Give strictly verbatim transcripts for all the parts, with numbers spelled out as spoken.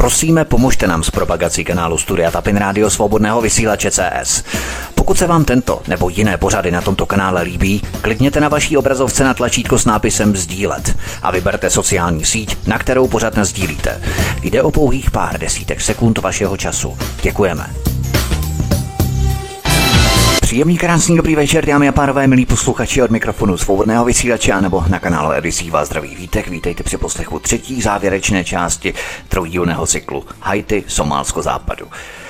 Prosíme, pomožte nám s propagací kanálu Studia Tapin Rádio Svobodného vysílače C S. Pokud se vám tento nebo jiné pořady na tomto kanále líbí, klikněte na vaší obrazovce na tlačítko s nápisem sdílet a vyberte sociální síť, na kterou pořad nasdílíte. Jde o pouhých pár desítek sekund vašeho času. Děkujeme. Příjemný, krásný, dobrý večer, dámy a pánové, milí posluchači, od mikrofonu Svobodného vysílače nebo na kanále Edisí vás zdraví Vítek. Vítejte při poslechu třetí závěrečné části trojdílného cyklu Haiti, Somálsko, Západu.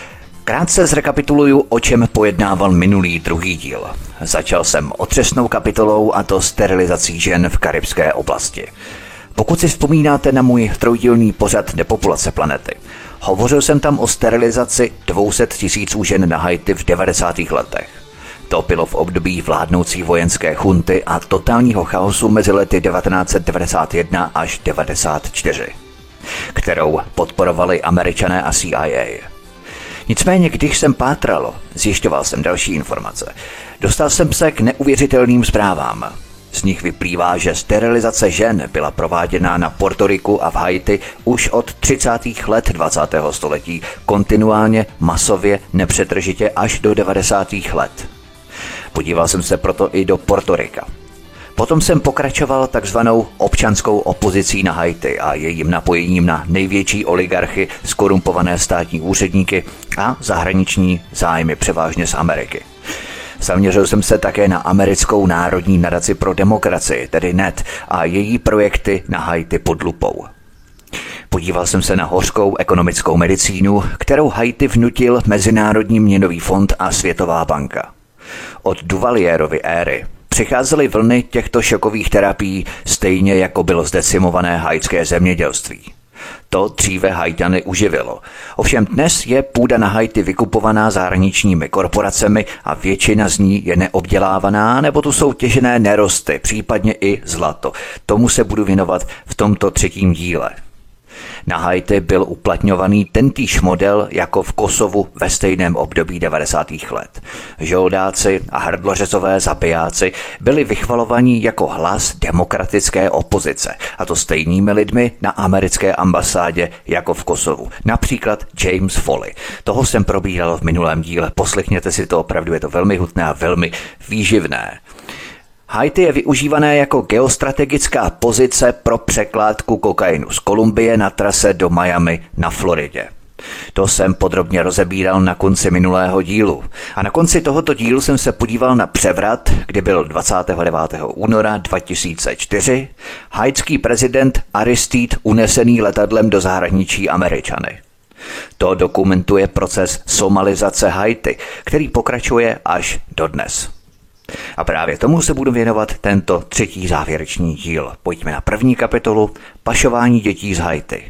Krátce zrekapituluju, o čem pojednával minulý druhý díl. Začal jsem otřesnou kapitolou, a to sterilizací žen v karibské oblasti. Pokud si vzpomínáte na můj trojdílný pořad Depopulace planety, hovořil jsem tam o sterilizaci dvě stě tisíců žen na Haiti v devadesátých letech. To bylo v období vládnoucí vojenské chunty a totálního chaosu mezi lety devatenáct set devadesát jedna až devadesát čtyři, kterou podporovali Američané a C I A. Nicméně, když jsem pátral, zjišťoval jsem další informace. Dostal jsem se k neuvěřitelným zprávám. Z nich vyplývá, že sterilizace žen byla prováděna na Portoriku a v Haiti už od třicátých let dvacátého století, kontinuálně, masově, nepřetržitě až do devadesátých let. Podíval jsem se proto i do Portorika. Potom jsem pokračoval takzvanou občanskou opozicí na Haiti a jejím napojením na největší oligarchy, skorumpované státní úředníky a zahraniční zájmy převážně z Ameriky. Zaměřil jsem se také na americkou národní nadaci pro demokracii, tedy N E T, a její projekty na Haiti pod lupou. Podíval jsem se na hořkou ekonomickou medicínu, kterou Haiti vnutil Mezinárodní měnový fond a Světová banka. Od Duvalierovy éry přicházely vlny těchto šokových terapií, stejně jako bylo zdecimované haitské zemědělství. To dříve Haitany uživilo. Ovšem dnes je půda na Haiti vykupovaná zahraničními korporacemi a většina z ní je neobdělávaná, nebo tu jsou těžené nerosty, případně i zlato. Tomu se budu věnovat v tomto třetím díle. Na Haiti byl uplatňovaný tentýž model jako v Kosovu ve stejném období devadesátých let. Žoldáci a hrdlořezové zabijáci byli vychvalovaní jako hlas demokratické opozice, a to stejnými lidmi na americké ambasádě jako v Kosovu. Například James Foley. Toho jsem probíral v minulém díle. Poslechněte si to, opravdu je to velmi hutné a velmi výživné. Haiti je využívané jako geostrategická pozice pro překládku kokainu z Kolumbie na trase do Miami na Floridě. To jsem podrobně rozebíral na konci minulého dílu. A na konci tohoto dílu jsem se podíval na převrat, kdy byl dvacátého devátého února dva tisíce čtyři haitský prezident Aristide unesený letadlem do zahraničí Američany. To dokumentuje proces somalizace Haiti, který pokračuje až dodnes. A právě tomu se budu věnovat tento třetí závěrečný díl. Pojďme na první kapitolu Pašování dětí z Haiti.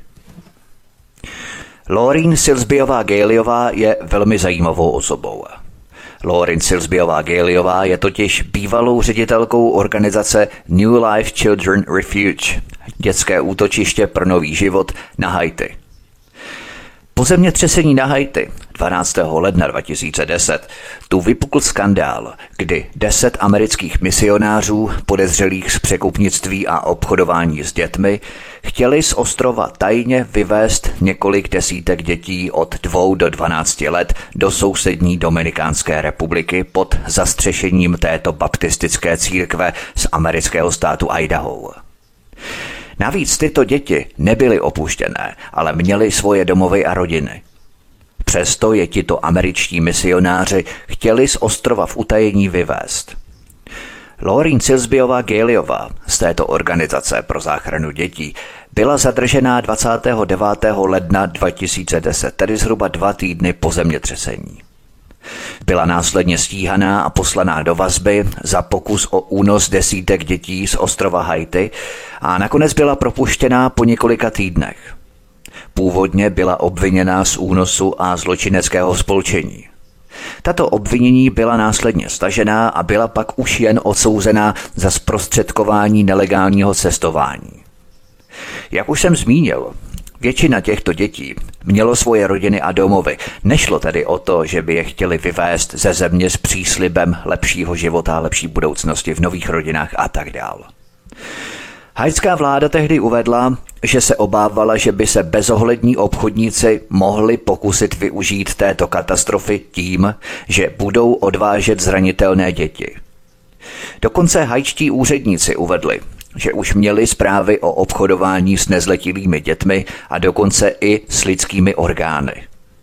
Laureen Silsbyová Gaileyová je velmi zajímavou osobou. Laureen Silsbyová Gaileyová je totiž bývalou ředitelkou organizace New Life Children Refuge, dětské útočiště pro nový život na Haiti. Po zemětřesení na Haiti dvanáctého ledna dva tisíce deset tu vypukl skandál, kdy deset amerických misionářů podezřelých z překupnictví a obchodování s dětmi chtěli z ostrova tajně vyvést několik desítek dětí od dvou do dvanácti let do sousední Dominikánské republiky pod zastřešením této baptistické církve z amerického státu Idaho. Navíc tyto děti nebyly opuštěné, ale měly svoje domovy a rodiny. Přesto je tito američtí misionáři chtěli z ostrova v utajení vyvést. Laureen Silsbyová Gaileyová z této organizace pro záchranu dětí byla zadržená dvacátého devátého ledna dva tisíce deset, tedy zhruba dva týdny po zemětřesení. Byla následně stíhaná a poslaná do vazby za pokus o únos desítek dětí z ostrova Haiti a nakonec byla propuštěná po několika týdnech. Původně byla obviněná z únosu a zločineckého spolčení. Tato obvinění byla následně stažená a byla pak už jen odsouzená za zprostředkování nelegálního cestování. Jak už jsem zmínil, většina těchto dětí mělo svoje rodiny a domovy. Nešlo tedy o to, že by je chtěli vyvést ze země s příslibem lepšího života, lepší budoucnosti v nových rodinách a tak dál. Haitská vláda tehdy uvedla, že se obávala, že by se bezohlední obchodníci mohli pokusit využít této katastrofy tím, že budou odvážet zranitelné děti. Dokonce haitští úředníci uvedli, že už měli zprávy o obchodování s nezletilými dětmi a dokonce i s lidskými orgány.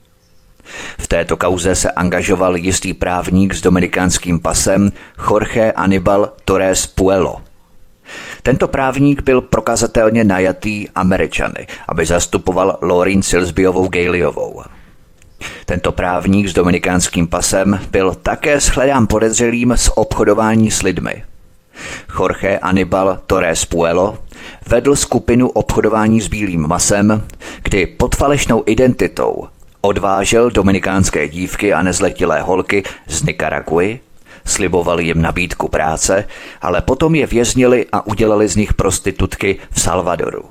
V této kauze se angažoval jistý právník s dominikánským pasem Jorge Anibal Torres Puelo. Tento právník byl prokazatelně najatý Američany, aby zastupoval Lauren Silsbyovou Gaileyovou. Tento právník s dominikánským pasem byl také shledán podezřelým z obchodování s lidmi. Jorge Anibal Torres Puelo vedl skupinu obchodování s bílým masem, kdy pod falešnou identitou odvážel dominikánské dívky a nezletilé holky z Nikaraguy, slibovali jim nabídku práce, ale potom je věznili a udělali z nich prostitutky v Salvadoru.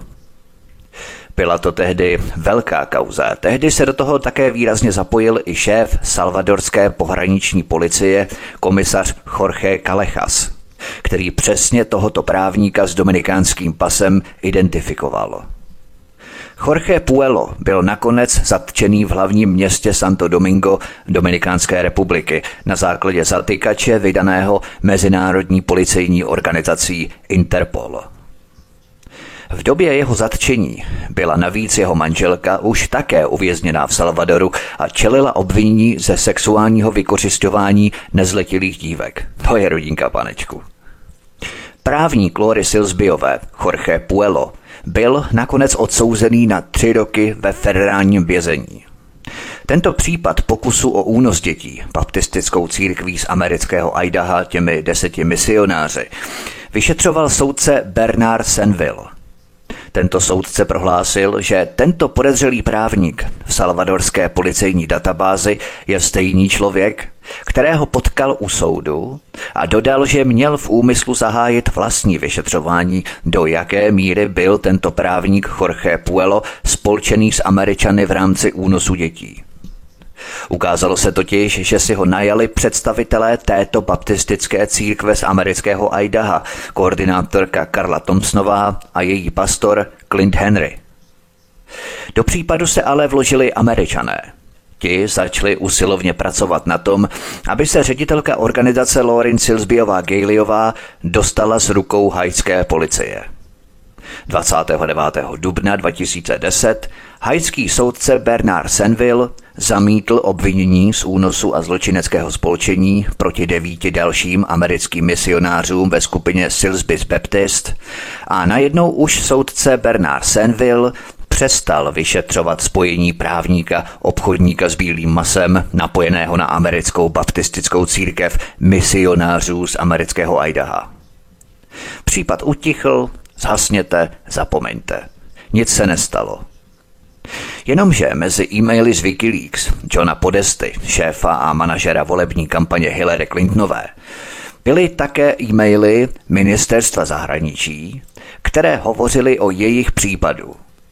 Byla to tehdy velká kauza. Tehdy se do toho také výrazně zapojil i šéf salvadorské pohraniční policie, komisař Jorge Callejas, který přesně tohoto právníka s dominikánským pasem identifikoval. Jorge Puelo byl nakonec zatčený v hlavním městě Santo Domingo Dominikánské republiky na základě zatykače vydaného mezinárodní policejní organizací Interpol. V době jeho zatčení byla navíc jeho manželka už také uvězněná v Salvadoru a čelila obvinění ze sexuálního vykořisťování nezletilých dívek. To je rodinka, panečku. Právník Laury Silsbyové Jorge Puelo byl nakonec odsouzený na tři roky ve federálním vězení. Tento případ pokusu o únos dětí baptistickou církví z amerického Idaha těmi deseti misionáři vyšetřoval soudce Bernard Senville. Tento soudce prohlásil, že tento podezřelý právník v salvadorské policejní databázi je stejný člověk, kterého potkal u soudu, a dodal, že měl v úmyslu zahájit vlastní vyšetřování, do jaké míry byl tento právník Jorge Puelo spolčený s Američany v rámci únosu dětí. Ukázalo se totiž, že si ho najali představitelé této baptistické církve z amerického Idaha, koordinátorka Karla Thompsonová a její pastor Clint Henry. Do případu se ale vložili Američané. Ti začali usilovně pracovat na tom, aby se ředitelka organizace Lauren Silsbyová Gaileyová dostala z rukou haitské policie. dvacátého devátého dubna dva tisíce deset haitský soudce Bernard Senville zamítl obvinění z únosu a zločineckého spolčení proti devíti dalším americkým misionářům ve skupině Silsby's Baptist a najednou už soudce Bernard Senville přestal vyšetřovat spojení právníka obchodníka s bílým masem napojeného na americkou baptistickou církev misionářů z amerického Idaha. Případ utichl, zhasněte, zapomeňte. Nic se nestalo. Jenomže mezi e-maily z Wikileaks Johna Podesty, šéfa a manažera volební kampaně Hillary Clintonové, byly také e-maily ministerstva zahraničí, které hovořily o jejich případu.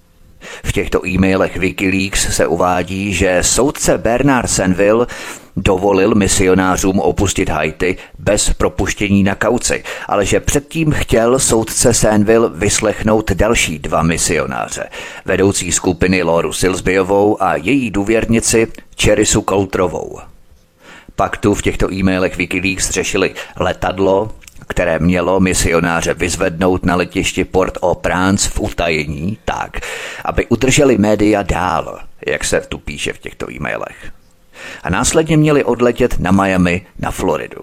V těchto e-mailech Wikileaks se uvádí, že soudce Bernard Senville dovolil misionářům opustit Haiti bez propuštění na kauci, ale že předtím chtěl soudce Senville vyslechnout další dva misionáře, vedoucí skupiny Lauru Silsbyovou a její důvěrnici Cherisu Coulterovou. Pak tu v těchto e-mailech Wikileaks řešili letadlo, které mělo misionáře vyzvednout na letišti Port-au-Prince v utajení tak, aby udrželi média dál, jak se tu píše v těchto e-mailech. A následně měli odletět na Miami na Floridu.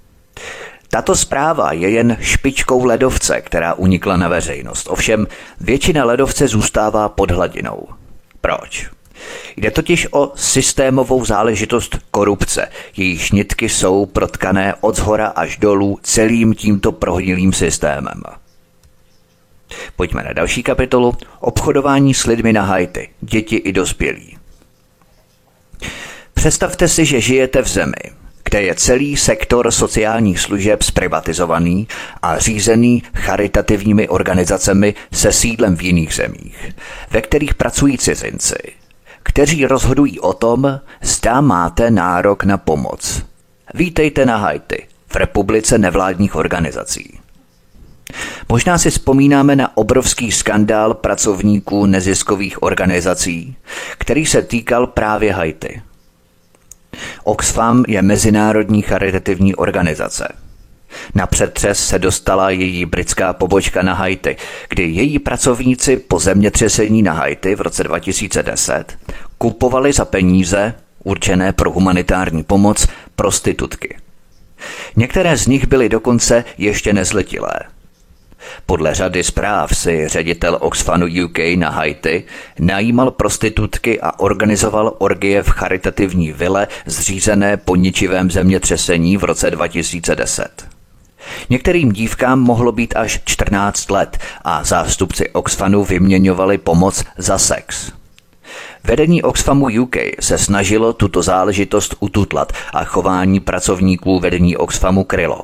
Tato zpráva je jen špičkou ledovce, která unikla na veřejnost. Ovšem většina ledovce zůstává pod hladinou. Proč? Jde totiž o systémovou záležitost korupce. Jejíž nitky jsou protkané od zhora až dolů celým tímto prohnilým systémem. Pojďme na další kapitolu. Obchodování s lidmi na Haiti. Děti i dospělí. Představte si, že žijete v zemi, kde je celý sektor sociálních služeb zprivatizovaný a řízený charitativními organizacemi se sídlem v jiných zemích, ve kterých pracují cizinci, kteří rozhodují o tom, zda máte nárok na pomoc. Vítejte na Haiti, v republice nevládních organizací. Možná si vzpomínáme na obrovský skandál pracovníků neziskových organizací, který se týkal právě Haiti. Oxfam je mezinárodní charitativní organizace. Na přetřes se dostala její britská pobočka na Haiti, kdy její pracovníci po zemětřesení na Haiti v roce dva tisíce deset kupovali za peníze určené pro humanitární pomoc prostitutky. Některé z nich byly dokonce ještě nezletilé. Podle řady zpráv si ředitel Oxfamu U K na Haiti najímal prostitutky a organizoval orgie v charitativní vile zřízené po ničivém zemětřesení v roce dva tisíce deset. Některým dívkám mohlo být až čtrnáct let a zástupci Oxfamu vyměňovali pomoc za sex. Vedení Oxfamu U K se snažilo tuto záležitost ututlat a chování pracovníků vedení Oxfamu krylo.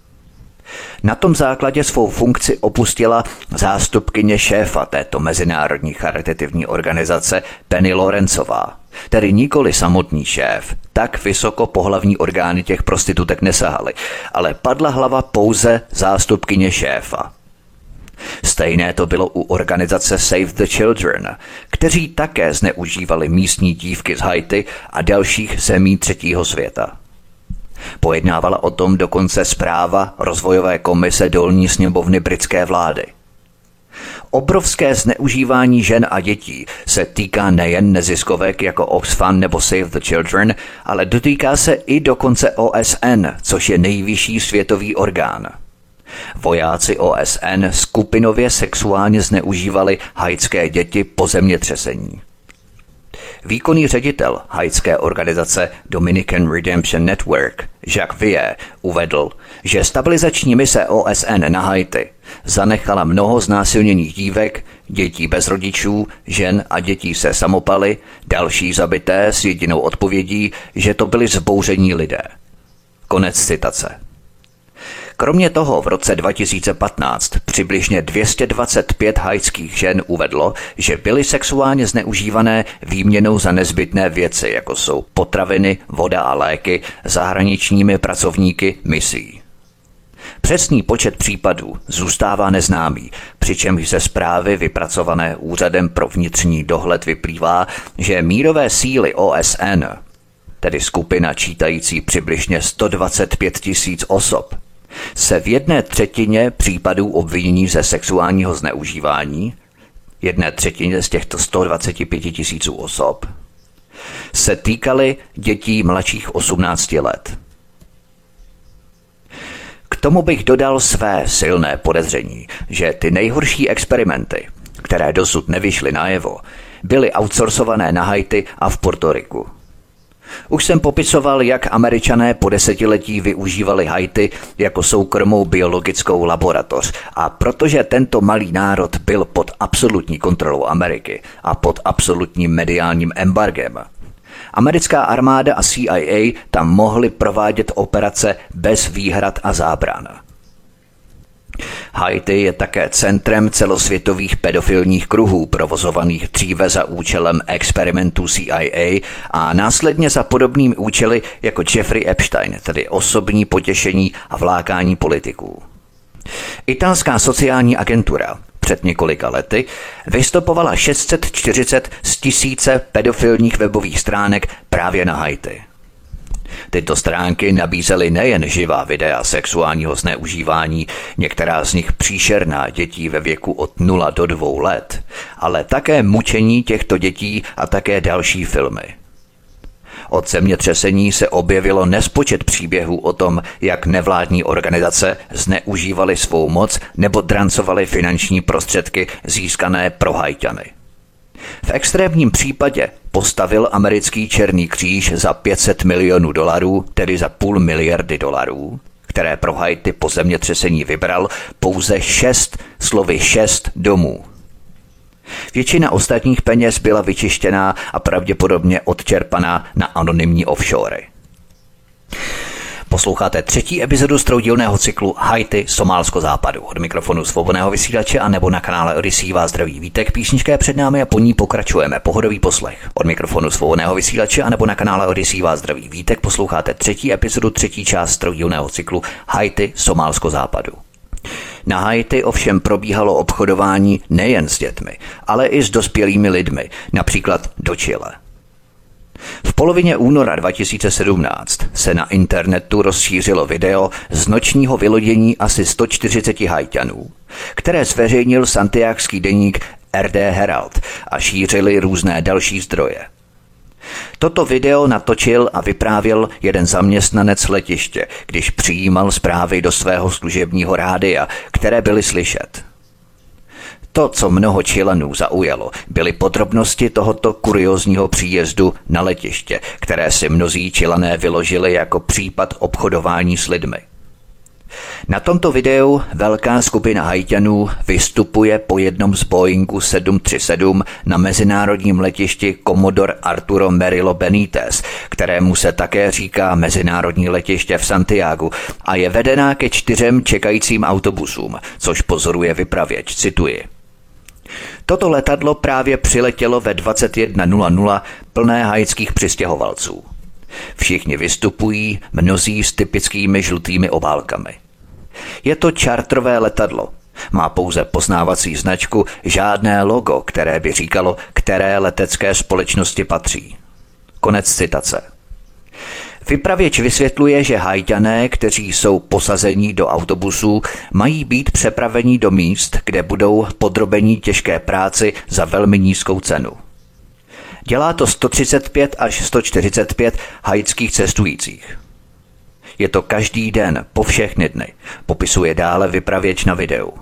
Na tom základě svou funkci opustila zástupkyně šéfa této mezinárodní charitativní organizace Penny Lawrenceová, tedy nikoli samotný šéf, tak vysoko pohlavní orgány těch prostitutek nesahaly, ale padla hlava pouze zástupkyně šéfa. Stejné to bylo u organizace Save the Children, kteří také zneužívali místní dívky z Haiti a dalších zemí třetího světa. Pojednávala o tom dokonce zpráva rozvojové komise dolní sněmovny britské vlády. Obrovské zneužívání žen a dětí se týká nejen neziskovek jako Oxfam nebo Save the Children, ale dotýká se i dokonce O S N, což je nejvyšší světový orgán. Vojáci O S N skupinově sexuálně zneužívali haitské děti po zemětřesení. Výkonný ředitel haitské organizace Dominican Redemption Network Jacques Vie uvedl, že stabilizační mise O S N na Haiti zanechala mnoho znásilněných dívek, dětí bez rodičů, žen a dětí se samopaly, další zabité s jedinou odpovědí, že to byli zbouření lidé. Konec citace. Kromě toho v roce dva tisíce patnáct přibližně dvě stě dvacet pět haitských žen uvedlo, že byly sexuálně zneužívané výměnou za nezbytné věci, jako jsou potraviny, voda a léky, zahraničními pracovníky misí. Přesný počet případů zůstává neznámý, přičemž ze zprávy vypracované Úřadem pro vnitřní dohled vyplývá, že mírové síly O S N, tedy skupina čítající přibližně sto dvacet pět tisíc osob, se v jedné třetině případů obvinění ze sexuálního zneužívání, jedné třetině z těchto sto dvacet pět tisíců osob, se týkaly dětí mladších osmnácti let. K tomu bych dodal své silné podezření, že ty nejhorší experimenty, které dosud nevyšly najevo, byly outsourcované na Haiti a v Portoriku. Už jsem popisoval, jak Američané po desetiletí využívali Haiti jako soukromou biologickou laboratoř a protože tento malý národ byl pod absolutní kontrolou Ameriky a pod absolutním mediálním embargem, americká armáda a C I A tam mohly provádět operace bez výhrad a zábran. Haiti je také centrem celosvětových pedofilních kruhů provozovaných dříve za účelem experimentů C I A a následně za podobnými účely jako Jeffrey Epstein, tedy osobní potěšení a vlákání politiků. Italská sociální agentura před několika lety vystopovala šest set čtyřicet z tisíce pedofilních webových stránek právě na Haiti. Tyto stránky nabízely nejen živá videa sexuálního zneužívání, některá z nich příšerná dětí ve věku od nula do dvou let, ale také mučení těchto dětí a také další filmy. Od zemětřesení se objevilo nespočet příběhů o tom, jak nevládní organizace zneužívaly svou moc nebo drancovaly finanční prostředky získané pro Haťany. V extrémním případě postavil americký Černý kříž za pět set milionů dolarů, tedy za půl miliardy dolarů, které pro Haiti po zemětřesení vybral, pouze šest, slovy šest domů. Většina ostatních peněz byla vyčištěná a pravděpodobně odčerpaná na anonymní offshory. Posloucháte třetí epizodu z troudílného cyklu Haiti, Somálsko západu. Od mikrofonu Svobodného vysílače a nebo na kanále Odyssey vás zdraví Vítek, písnička je před námi a po ní pokračujeme. Pohodový poslech. Od mikrofonu Svobodného vysílače a nebo na kanále Odyssey vás zdraví Vítek, posloucháte třetí epizodu, třetí část troudílného cyklu Haiti, Somálsko západu. Na Haiti ovšem probíhalo obchodování nejen s dětmi, ale i s dospělými lidmi, například do Chile. V polovině února dva tisíce sedmnáct se na internetu rozšířilo video z nočního vylodění asi sto čtyřicet Haiťanů, které zveřejnil santiagský deník R D Herald a šířili různé další zdroje. Toto video natočil a vyprávěl jeden zaměstnanec letiště, když přijímal zprávy do svého služebního rádia, které byly slyšet. To, co mnoho Chilanů zaujalo, byly podrobnosti tohoto kuriózního příjezdu na letiště, které si mnozí Chilané vyložili jako případ obchodování s lidmi. Na tomto videu velká skupina Haiťanů vystupuje po jednom z Boeingu sedm tři sedm na mezinárodním letišti Comodore Arturo Merilo Benítez, kterému se také říká mezinárodní letiště v Santiagu, a je vedená ke čtyřem čekajícím autobusům, což pozoruje vypravěč, cituji. Toto letadlo právě přiletělo ve dvacet jedna nula nula plné haitských přistěhovalců. Všichni vystupují, mnozí s typickými žlutými obálkami. Je to čartrové letadlo. Má pouze poznávací značku, žádné logo, které by říkalo, které letecké společnosti patří. Konec citace. Vypravěč vysvětluje, že Haiťané, kteří jsou posazení do autobusů, mají být přepraveni do míst, kde budou podrobeni těžké práci za velmi nízkou cenu. Dělá to sto třicet pět až sto čtyřicet pět haitských cestujících. Je to každý den, po všechny dny, popisuje dále vypravěč na videu.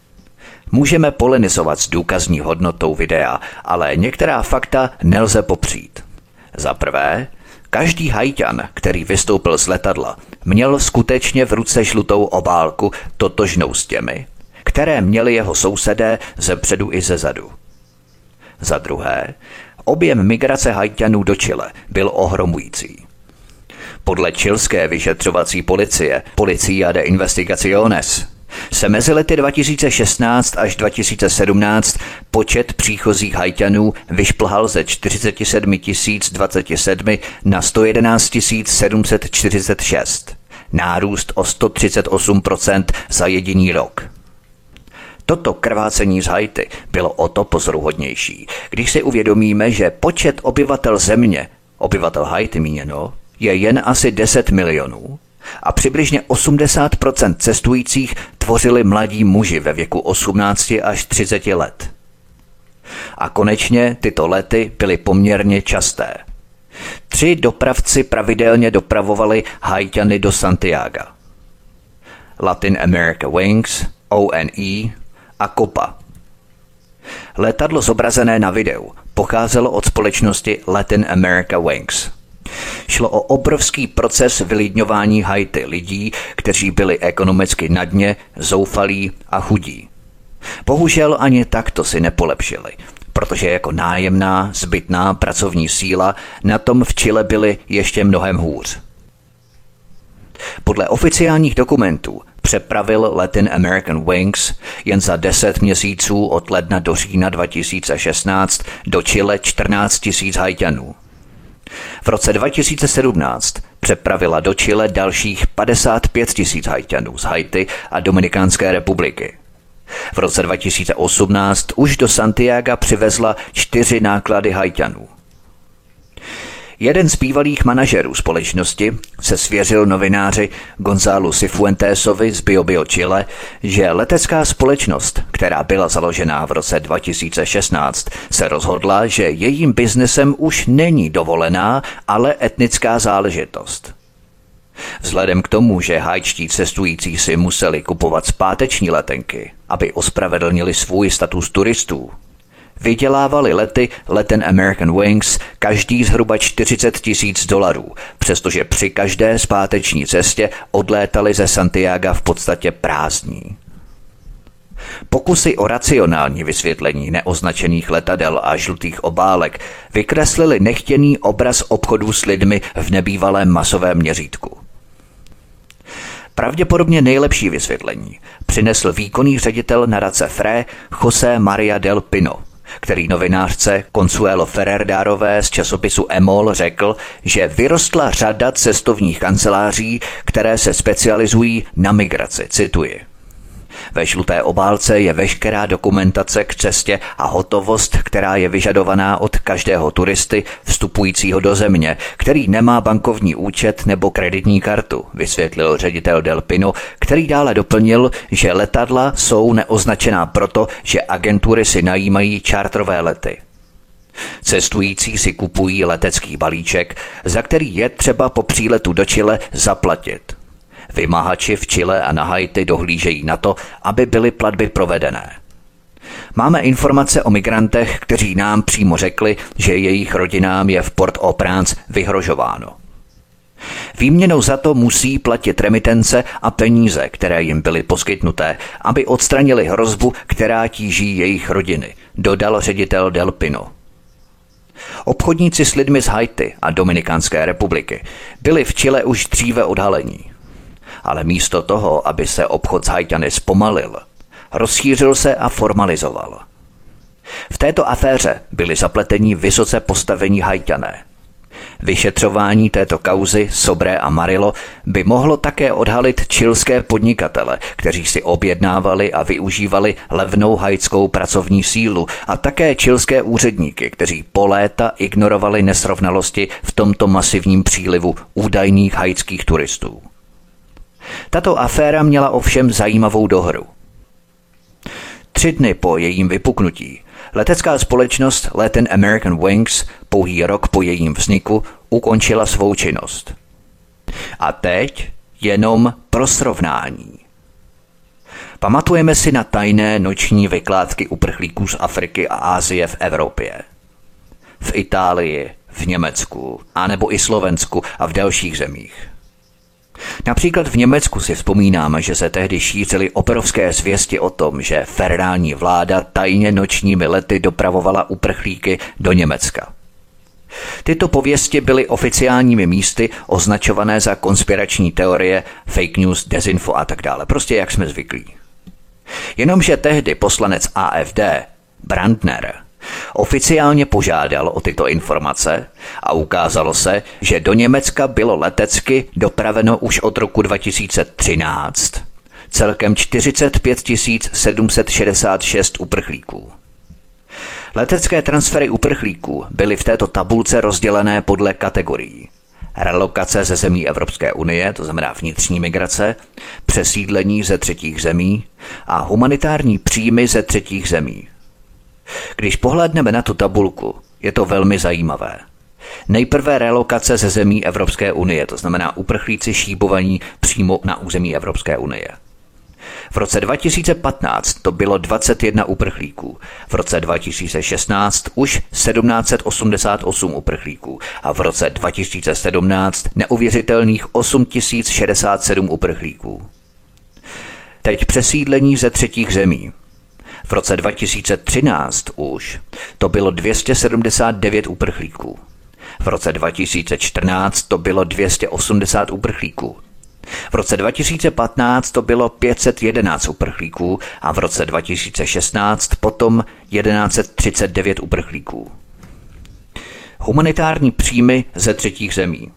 Můžeme polemizovat s důkazní hodnotou videa, ale některá fakta nelze popřít. Za prvé, každý Haiťan, který vystoupil z letadla, měl skutečně v ruce žlutou obálku totožnou s těmi, které měli jeho sousedé zepředu i zezadu. Za druhé, objem migrace Haiťanů do Chile byl ohromující. Podle chilské vyšetřovací policie, Policía de Investigaciones, se mezi lety dva tisíce šestnáct až dva tisíce sedmnáct počet příchozích Haiťanů vyšplhal ze čtyřicet sedm tisíc dvacet sedm na sto jedenáct tisíc sedm set čtyřicet šest, nárůst o sto třicet osm procent za jediný rok. Toto krvácení z Haiti bylo o to pozoruhodnější, když si uvědomíme, že počet obyvatel země, obyvatel Haiti míněno, je jen asi deset milionů a přibližně osmdesát procent cestujících tvořili mladí muži ve věku osmnáct až třicet let. A konečně tyto lety byly poměrně časté. Tři dopravci pravidelně dopravovali Haiťany do Santiaga. Latin America Wings, O N E a Copa. Letadlo zobrazené na videu pocházelo od společnosti Latin America Wings. Šlo o obrovský proces vylidňování Haiti lidí, kteří byli ekonomicky na dně, zoufalí a chudí. Bohužel ani takto si nepolepšili, protože jako nájemná, zbytná pracovní síla na tom v Chile byli ještě mnohem hůř. Podle oficiálních dokumentů přepravil Latin American Wings jen za deset měsíců od ledna do října dva tisíce šestnáct do Chile čtrnáct tisíc Haiťanů. V roce dva tisíce sedmnáct přepravila do Chile dalších padesát pět tisíc Haiťanů z Haiti a Dominikánské republiky. V roce dva tisíce osmnáct už do Santiaga přivezla čtyři náklady Haiťanů. Jeden z bývalých manažerů společnosti se svěřil novináři Gonzálu Cifuentesovi z BioBio Chile, že letecká společnost, která byla založená v roce dva tisíce šestnáct, se rozhodla, že jejím biznesem už není dovolená, ale etnická záležitost. Vzhledem k tomu, že haitští cestující si museli kupovat zpáteční letenky, aby ospravedlnili svůj status turistů, vydělávali lety Latin American Wings každý zhruba čtyřicet tisíc dolarů, přestože při každé zpáteční cestě odlétali ze Santiaga v podstatě prázdní. Pokusy o racionální vysvětlení neoznačených letadel a žlutých obálek vykreslili nechtěný obraz obchodů s lidmi v nebývalém masovém měřítku. Pravděpodobně nejlepší vysvětlení přinesl výkonný ředitel nadace F R E José María del Pino, který novinářce Consuelo Ferrer-Dárové z časopisu Emol řekl, že vyrostla řada cestovních kanceláří, které se specializují na migraci, cituji. Ve žluté obálce je veškerá dokumentace k cestě a hotovost, která je vyžadovaná od každého turisty vstupujícího do země, který nemá bankovní účet nebo kreditní kartu, vysvětlil ředitel Del Pino, který dále doplnil, že letadla jsou neoznačená proto, že agentury si najímají charterové lety. Cestující si kupují letecký balíček, za který je třeba po příletu do Chile zaplatit. Vymahači v Chile a na Haiti dohlížejí na to, aby byly platby provedené. Máme informace o migrantech, kteří nám přímo řekli, že jejich rodinám je v Port-au-Prince vyhrožováno. Výměnou za to musí platit remitence a peníze, které jim byly poskytnuté, aby odstranili hrozbu, která tíží jejich rodiny, dodal ředitel Del Pino. Obchodníci s lidmi z Haiti a Dominikánské republiky byli v Chile už dříve odhalení. Ale místo toho, aby se obchod s Haitiany zpomalil, rozšířil se a formalizoval. V této aféře byli zapletení vysoce postavení Haitiané. Vyšetřování této kauzy Sobre a Marilo by mohlo také odhalit chilské podnikatele, kteří si objednávali a využívali levnou haitskou pracovní sílu, a také chilské úředníky, kteří po léta ignorovali nesrovnalosti v tomto masivním přílivu údajných haitských turistů. Tato aféra měla ovšem zajímavou dohru. Tři dny po jejím vypuknutí letecká společnost Latin American Wings pouhý rok po jejím vzniku ukončila svou činnost. A teď jenom pro srovnání. Pamatujeme si na tajné noční vykládky uprchlíků z Afriky a Asie v Evropě. V Itálii, v Německu, anebo i Slovensku a v dalších zemích. Například v Německu si vzpomínáme, že se tehdy šířily operovské zvěsti o tom, že federální vláda tajně nočními lety dopravovala uprchlíky do Německa. Tyto pověsti byly oficiálními místy označované za konspirační teorie, fake news, dezinfo a tak dále, prostě jak jsme zvyklí. Jenomže tehdy poslanec A F D, Brandner, oficiálně požádal o tyto informace a ukázalo se, že do Německa bylo letecky dopraveno už od roku dva tisíce třináct celkem čtyřicet pět tisíc sedm set šedesát šest uprchlíků. Letecké transfery uprchlíků byly v této tabulce rozdělené podle kategorií. Relokace ze zemí Evropské unie, to znamená vnitřní migrace, přesídlení ze třetích zemí a humanitární příjmy ze třetích zemí. Když pohlédneme na tu tabulku, je to velmi zajímavé. Nejprve relokace ze zemí Evropské unie, to znamená uprchlíci šíbovaní přímo na území Evropské unie. V roce dva tisíce patnáct to bylo dvacet jedna uprchlíků, v roce dva tisíce šestnáct už tisíc sedm set osmdesát osm uprchlíků a v roce dva tisíce sedmnáct neuvěřitelných osm tisíc šedesát sedm uprchlíků. Teď přesídlení ze třetích zemí. V roce dva tisíce třináct už to bylo dvě stě sedmdesát devět uprchlíků. V roce dva tisíce čtrnáct to bylo dvě stě osmdesát uprchlíků. V roce dva tisíce patnáct to bylo pět set jedenáct uprchlíků a v roce dva tisíce šestnáct potom tisíc sto třicet devět uprchlíků. Humanitární příjmy ze třetích zemí.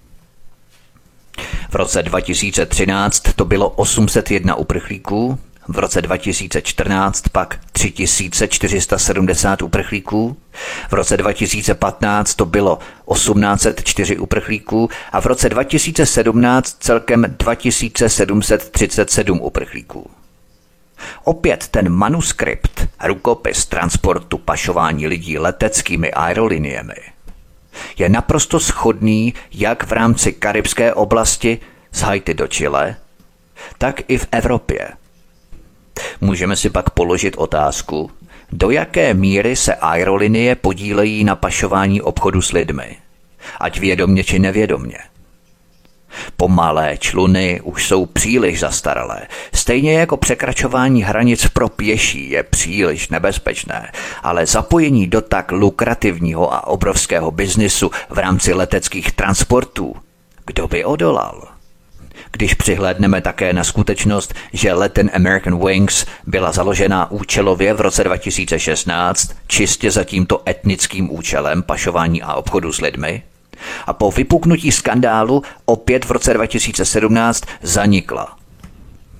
V roce dva tisíce třináct to bylo osm set jedna uprchlíků, v roce dva tisíce čtrnáct pak tři tisíce čtyři sta sedmdesát uprchlíků, v roce dva tisíce patnáct to bylo tisíc osm set čtyři uprchlíků a v roce dva tisíce sedmnáct celkem dva tisíce sedm set třicet sedm uprchlíků. Opět ten manuskript, rukopis transportu pašování lidí leteckými aeroliniemi, je naprosto shodný jak v rámci karibské oblasti z Haiti do Chile, tak i v Evropě. Můžeme si pak položit otázku, do jaké míry se aerolinie podílejí na pašování obchodu s lidmi, ať vědomě či nevědomě. Pomalé čluny už jsou příliš zastaralé, stejně jako překračování hranic pro pěší je příliš nebezpečné, ale zapojení do tak lukrativního a obrovského biznisu v rámci leteckých transportů, kdo by odolal? Když přihlédneme také na skutečnost, že Latin American Wings byla založena účelově v roce dva tisíce šestnáct čistě za tímto etnickým účelem pašování a obchodu s lidmi, a po vypuknutí skandálu opět v roce dva tisíce sedmnáct zanikla.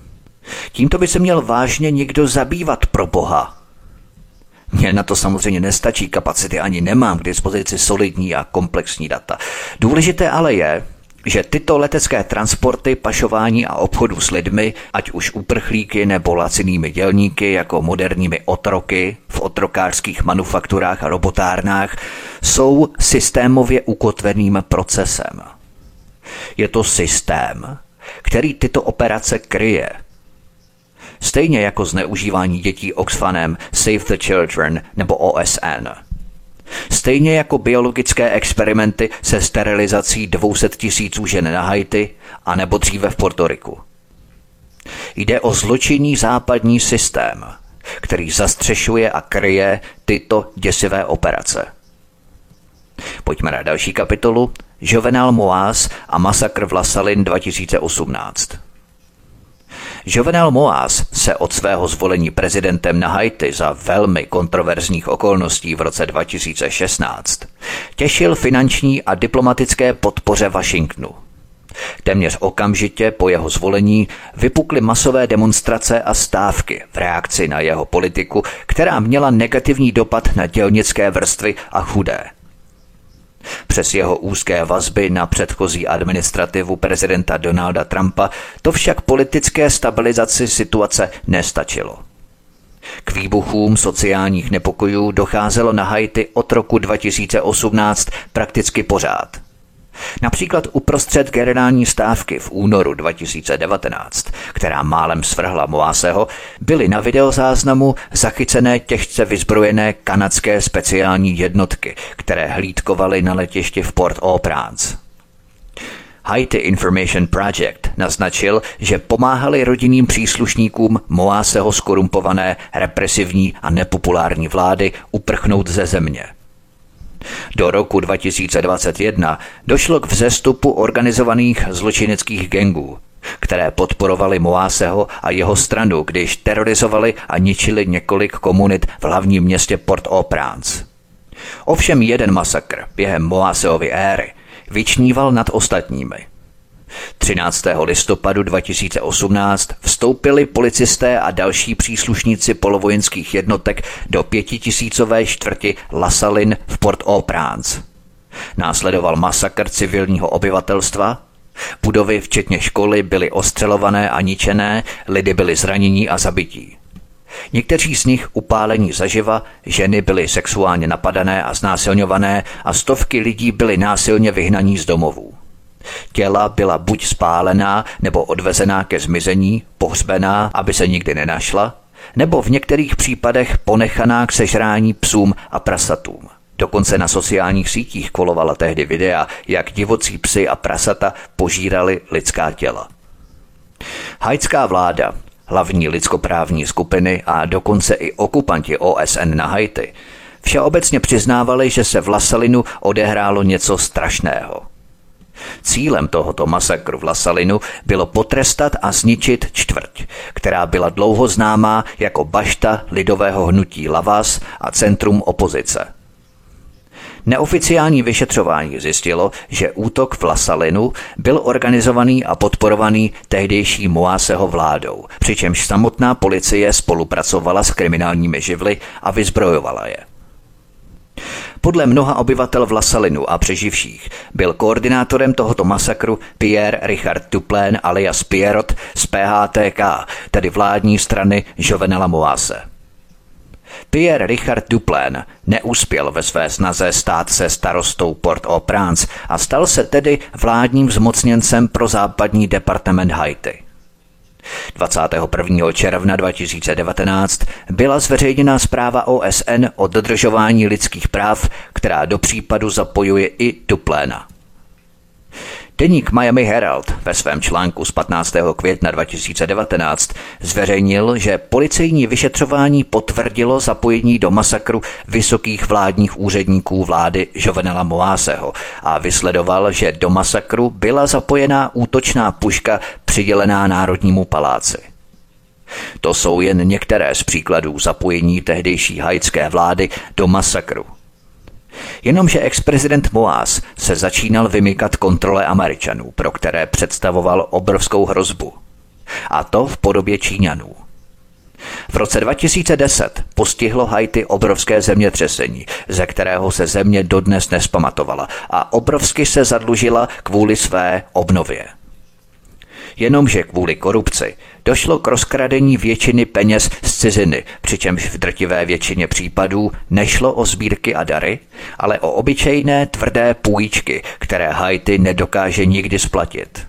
Tímto by se měl vážně někdo zabývat, pro boha. Mně na to samozřejmě nestačí kapacity, ani nemám k dispozici solidní a komplexní data. Důležité ale je, že tyto letecké transporty, pašování a obchodu s lidmi, ať už uprchlíky nebo lacinými dělníky jako moderními otroky v otrokářských manufakturách a robotárnách, jsou systémově ukotveným procesem. Je to systém, který tyto operace kryje. Stejně jako zneužívání dětí Oxfamem, Save the Children nebo O S N. Stejně jako biologické experimenty se sterilizací dvě stě tisíců žen na Haiti a nebo dříve v Portoriku. Jde o zločinný západní systém, který zastřešuje a kryje tyto děsivé operace. Pojďme na další kapitolu. Jovenel Moïse a masakr v La Saline dva tisíce osmnáct. Jovenel Moïse se od svého zvolení prezidentem na Haiti za velmi kontroverzních okolností v roce dva tisíce šestnáct těšil finanční a diplomatické podpoře Washingtonu. Téměř okamžitě po jeho zvolení vypukly masové demonstrace a stávky v reakci na jeho politiku, která měla negativní dopad na dělnické vrstvy a chudé. Přes jeho úzké vazby na předchozí administrativu prezidenta Donalda Trumpa to však politické stabilizaci situace nestačilo. K výbuchům sociálních nepokojů docházelo na Haiti od roku dva tisíce osmnáct prakticky pořád. Například uprostřed generální stávky v únoru dva tisíce devatenáct, která málem svrhla Moïseho, byly na videozáznamu zachycené těžce vyzbrojené kanadské speciální jednotky, které hlídkovaly na letišti v Port-au-Prince. Haiti Information Project naznačil, že pomáhali rodinným příslušníkům Moïseho skorumpované, represivní a nepopulární vlády uprchnout ze země. Do roku dva tisíce dvacet jedna došlo k vzestupu organizovaných zločineckých gangů, které podporovaly Moïseho a jeho stranu, když terorizovali a ničili několik komunit v hlavním městě Port-au-Prince. Ovšem jeden masakr během Moïseovy éry vyčníval nad ostatními. třináctého listopadu dva tisíce osmnáct vstoupili policisté a další příslušníci polovojenských jednotek do pětitisícové čtvrti La Saline v Port-au-Prince. Následoval masakr civilního obyvatelstva, budovy včetně školy byly ostřelované a ničené, lidé byli zranění a zabití. Někteří z nich upálení zaživa, ženy byly sexuálně napadané a znásilňované a stovky lidí byly násilně vyhnaní z domovů. Těla byla buď spálená nebo odvezená ke zmizení, pohřbená, aby se nikdy nenašla, nebo v některých případech ponechaná k sežrání psům a prasatům. Dokonce na sociálních sítích kolovala tehdy videa, jak divocí psy a prasata požírali lidská těla. Haitská vláda, hlavní lidskoprávní skupiny a dokonce i okupanti O S N na Haiti všeobecně přiznávali, že se v La Salinu odehrálo něco strašného. Cílem tohoto masakru v La Salinu bylo potrestat a zničit čtvrť, která byla dlouho známá jako bašta lidového hnutí Lavas a centrum opozice. Neoficiální vyšetřování zjistilo, že útok v La Salinu byl organizovaný a podporovaný tehdejší Moïseho vládou, přičemž samotná policie spolupracovala s kriminálními živly a vyzbrojovala je. Podle mnoha obyvatel v La Salinu a přeživších byl koordinátorem tohoto masakru Pierre Richard Duplain alias Pierrot z P H T K, tedy vládní strany Jovenela Moïse. Pierre Richard Duplain neuspěl ve své snaze stát se starostou Port-au-Prince a stal se tedy vládním zmocněncem pro západní departement Haiti. dvacátého prvního června dva tisíce devatenáct byla zveřejněna zpráva O S N o dodržování lidských práv, která do případu zapojuje i Dupláina. Deník Miami Herald ve svém článku z patnáctého května dva tisíce devatenáct zveřejnil, že policejní vyšetřování potvrdilo zapojení do masakru vysokých vládních úředníků vlády Jovenela Moïseho a vysledoval, že do masakru byla zapojená útočná puška přidělená Národnímu paláci. To jsou jen některé z příkladů zapojení tehdejší haitské vlády do masakru. Jenomže ex-prezident Moïse se začínal vymykat kontrole Američanů, pro které představoval obrovskou hrozbu. a to v podobě Číňanů. V roce dva tisíce deset postihlo Haiti obrovské zemětřesení, ze kterého se země dodnes nespamatovala a obrovsky se zadlužila kvůli své obnově. Jenomže kvůli korupci došlo k rozkradení většiny peněz z ciziny, přičemž v drtivé většině případů nešlo o sbírky a dary, ale o obyčejné tvrdé půjčky, které Haiti nedokáže nikdy splatit.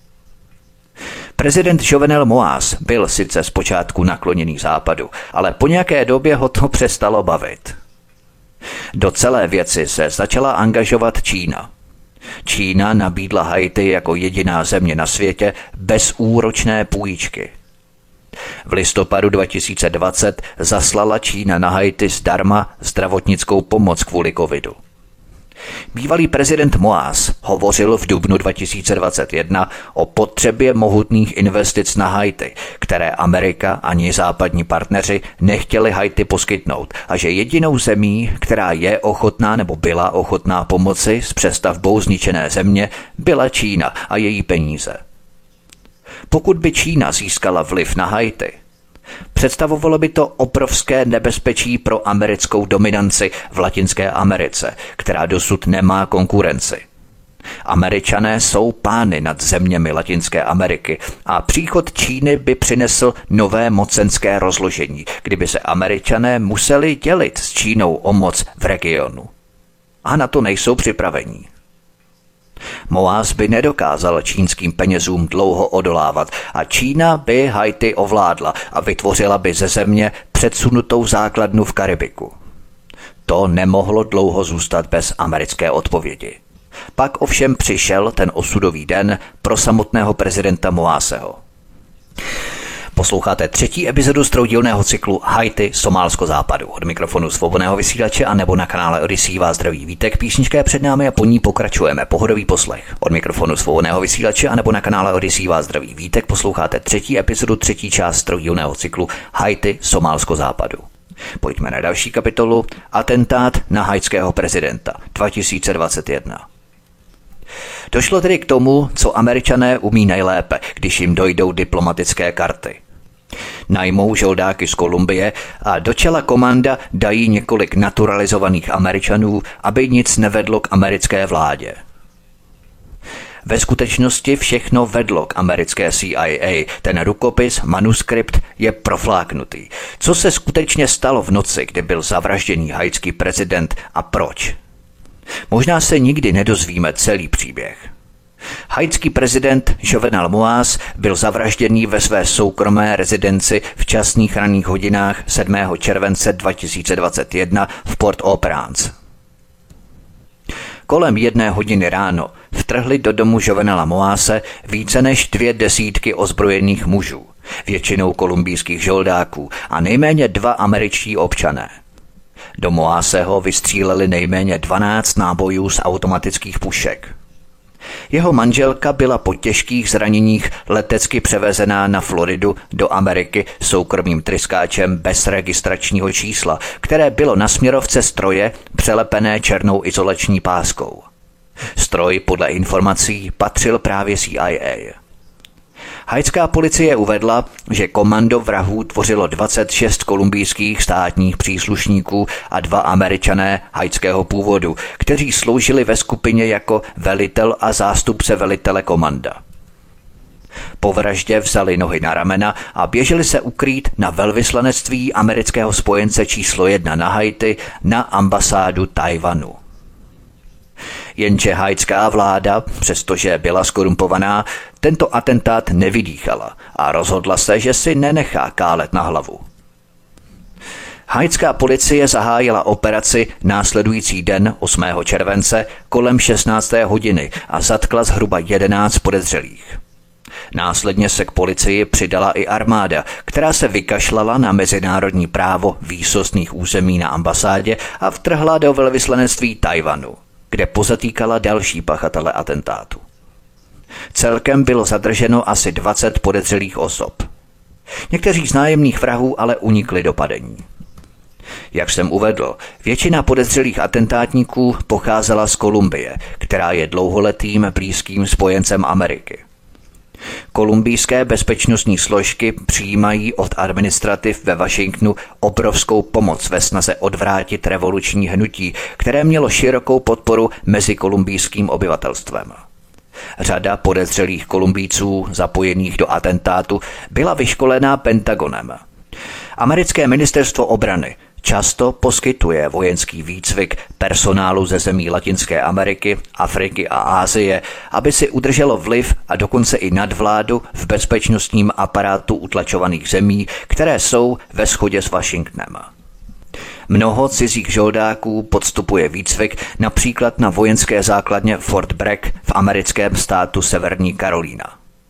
Prezident Jovenel Moïse byl sice zpočátku nakloněný západu, ale po nějaké době ho to přestalo bavit. Do celé věci se začala angažovat Čína. Čína nabídla Haiti jako jediná země na světě bezúročné půjčky. V listopadu dva tisíce dvacet zaslala Čína na Haiti zdarma zdravotnickou pomoc kvůli covidu. Bývalý prezident Moïse hovořil v dubnu dva tisíce dvacet jedna o potřebě mohutných investic na Haiti, které Amerika ani západní partneři nechtěli Haiti poskytnout a že jedinou zemí, která je ochotná nebo byla ochotná pomoci s přestavbou zničené země, byla Čína a její peníze. Pokud by Čína získala vliv na Haiti, představovalo by to obrovské nebezpečí pro americkou dominanci v Latinské Americe, která dosud nemá konkurenci. Američané jsou pány nad zeměmi Latinské Ameriky a příchod Číny by přinesl nové mocenské rozložení, kdyby se Američané museli dělit s Čínou o moc v regionu. A na to nejsou připravení. Moïse by nedokázal čínským penězům dlouho odolávat a Čína by Haiti ovládla a vytvořila by ze země předsunutou základnu v Karibiku. To nemohlo dlouho zůstat bez americké odpovědi. Pak ovšem přišel ten osudový den pro samotného prezidenta Moïseho. Posloucháte třetí epizodu z troudílného cyklu Haiti, Somálsko západu. Od mikrofonu svobodného vysílače a nebo na kanále Odyssey vás zdraví Vítek. Písnička je před námi a po ní pokračujeme. Pohodový poslech. Od mikrofonu svobodného vysílače a nebo na kanále Odyssey vás zdraví Vítek. Posloucháte třetí epizodu, třetí část troudílného cyklu Haiti, Somálsko západu. Pojďme na další kapitolu. Atentát na haitského prezidenta dva tisíce dvacet jedna. Došlo tedy k tomu, co Američané umí nejlépe, když jim dojdou diplomatické karty. Najmou žoldáky z Kolumbie a do čela komanda dají několik naturalizovaných Američanů, aby nic nevedlo k americké vládě. Ve skutečnosti všechno vedlo k americké C I A, ten rukopis, manuskript je profláknutý. Co se skutečně stalo v noci, kdy byl zavražděný haitský prezident a proč? Možná se nikdy nedozvíme celý příběh. Haitský prezident Jovenel Moïse byl zavražděný ve své soukromé rezidenci v časných ranních hodinách sedmého července dva tisíce dvacet jedna v Port-au-Prince. Kolem jedné hodiny ráno vtrhli do domu Jovenela Moïse více než dvě desítky ozbrojených mužů, většinou kolumbijských žoldáků a nejméně dva američtí občané. Do Moïseho vystříleli nejméně dvanáct nábojů z automatických pušek. Jeho manželka byla po těžkých zraněních letecky převezená na Floridu do Ameriky soukromým tryskáčem bez registračního čísla, které bylo na směrovce stroje přelepené černou izolační páskou. Stroj podle informací patřil právě C I A. Haitská policie uvedla, že komando vrahů tvořilo dvacet šest kolumbijských státních příslušníků a dva Američané haitského původu, kteří sloužili ve skupině jako velitel a zástupce velitele komanda. Po vraždě vzali nohy na ramena a běželi se ukrýt na velvyslanectví amerického spojence číslo jedna na Haiti na ambasádu Tajvanu. Jenže haitská vláda, přestože byla skorumpovaná, tento atentát nevydýchala a rozhodla se, že si nenechá kálet na hlavu. Haitská policie zahájila operaci následující den osmého července kolem šestnácté hodiny a zatkla zhruba jedenáct podezřelých. Následně se k policii přidala i armáda, která se vykašlala na mezinárodní právo výsostných území na ambasádě a vtrhla do velvyslanectví Tajvanu, kde pozatýkala další pachatele atentátu. Celkem bylo zadrženo asi dvacet podezřelých osob. Někteří z nájemných vrahů ale unikli dopadení. Jak jsem uvedl, většina podezřelých atentátníků pocházela z Kolumbie, která je dlouholetým blízkým spojencem Ameriky. Kolumbijské bezpečnostní složky přijímají od administrativ ve Washingtonu obrovskou pomoc ve snaze odvrátit revoluční hnutí, které mělo širokou podporu mezi kolumbijským obyvatelstvem. Řada podezřelých Kolumbijců zapojených do atentátu byla vyškolená Pentagonem. Americké ministerstvo obrany často poskytuje vojenský výcvik personálu ze zemí Latinské Ameriky, Afriky a Asie, aby si udrželo vliv a dokonce i nadvládu v bezpečnostním aparátu utlačovaných zemí, které jsou ve shodě s Washingtonem. Mnoho cizích žoldáků podstupuje výcvik například na vojenské základně Fort Bragg v americkém státu Severní Karolína.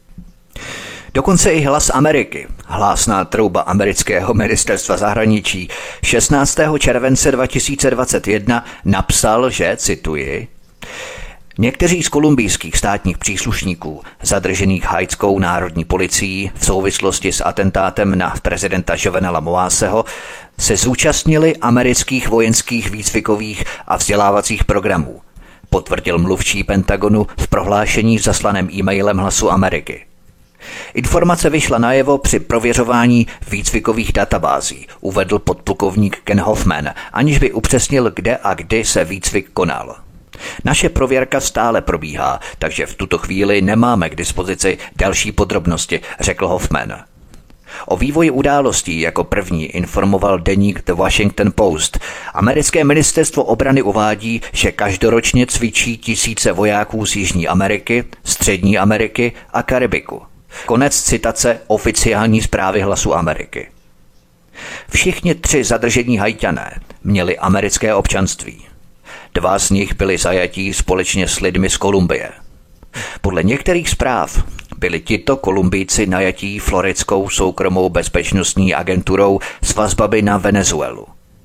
Dokonce i Hlas Ameriky, hlásná trouba amerického ministerstva zahraničí, šestnáctého července dva tisíce dvacet jedna napsal, že, cituji, někteří z kolumbijských státních příslušníků, zadržených haitskou národní policií v souvislosti s atentátem na prezidenta Jovenela Moáseho, se zúčastnili amerických vojenských výcvikových a vzdělávacích programů, potvrdil mluvčí Pentagonu v prohlášení zaslaném e-mailem Hlasu Ameriky. Informace vyšla najevo při prověřování výcvikových databází, uvedl podplukovník Ken Hoffman, aniž by upřesnil, kde a kdy se výcvik konal. Naše prověrka stále probíhá, takže v tuto chvíli nemáme k dispozici další podrobnosti, řekl Hoffman. O vývoji událostí jako první informoval deník The Washington Post. Americké ministerstvo obrany uvádí, že každoročně cvičí tisíce vojáků z Jižní Ameriky, Střední Ameriky a Karibiku. Konec citace oficiální zprávy Hlasu Ameriky. Všichni tři zadržení Haťané měli americké občanství. Dva z nich byli zajatí společně s lidmi z Kolumbie. Podle některých zpráv byli tito Kolumbijci najatí floridskou soukromou bezpečnostní agenturou s vazbami na Venezuelu.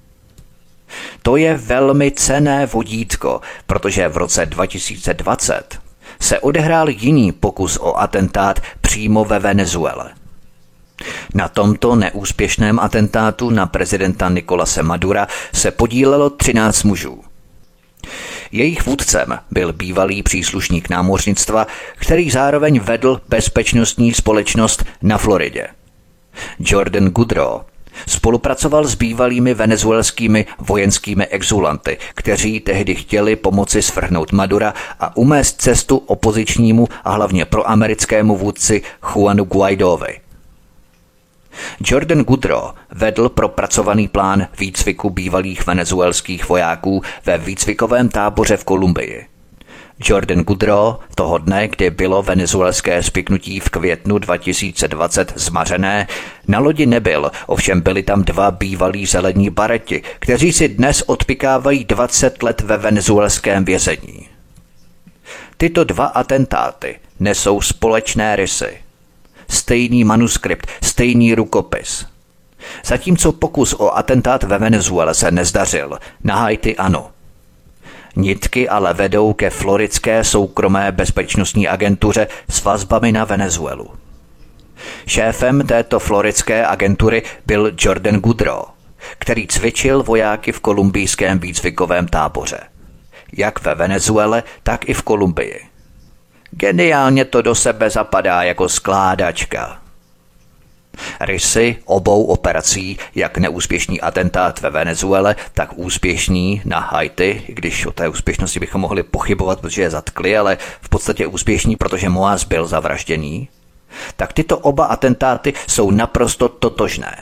To je velmi cenné vodítko, protože v roce dva tisíce dvacet se odehrál jiný pokus o atentát přímo ve Venezuele. Na tomto neúspěšném atentátu na prezidenta Nicolase Madura se podílelo třináct mužů. Jejich vůdcem byl bývalý příslušník námořnictva, který zároveň vedl bezpečnostní společnost na Floridě. Jordan Goodrow spolupracoval s bývalými venezuelskými vojenskými exulanty, kteří tehdy chtěli pomoci svrhnout Madura a umést cestu opozičnímu a hlavně proamerickému vůdci Juanu Guaidovi. Jordan Goodrow vedl propracovaný plán výcviku bývalých venezuelských vojáků ve výcvikovém táboře v Kolumbii. Jordan Goodrow toho dne, kdy bylo venezuelské spiknutí v květnu dva tisíce dvacet zmařené, na lodi nebyl, ovšem byli tam dva bývalí zelení bareti, kteří si dnes odpikávají dvacet let ve venezuelském vězení. Tyto dva atentáty nesou společné rysy. Stejný manuskript, stejný rukopis. Zatímco pokus o atentát ve Venezuele se nezdařil, na Haiti ano. Nitky ale vedou ke floridské soukromé bezpečnostní agentuře s vazbami na Venezuelu. Šéfem této floridské agentury byl Jordan Goodrow, který cvičil vojáky v kolumbijském výcvikovém táboře. Jak ve Venezuele, tak i v Kolumbii. Geniálně to do sebe zapadá jako skládačka. Rysy obou operací, jak neúspěšný atentát ve Venezuele, tak úspěšný na Haiti, když o té úspěšnosti bychom mohli pochybovat, protože je zatkli, ale v podstatě úspěšný, protože Moaz byl zavražděný, tak tyto oba atentáty jsou naprosto totožné.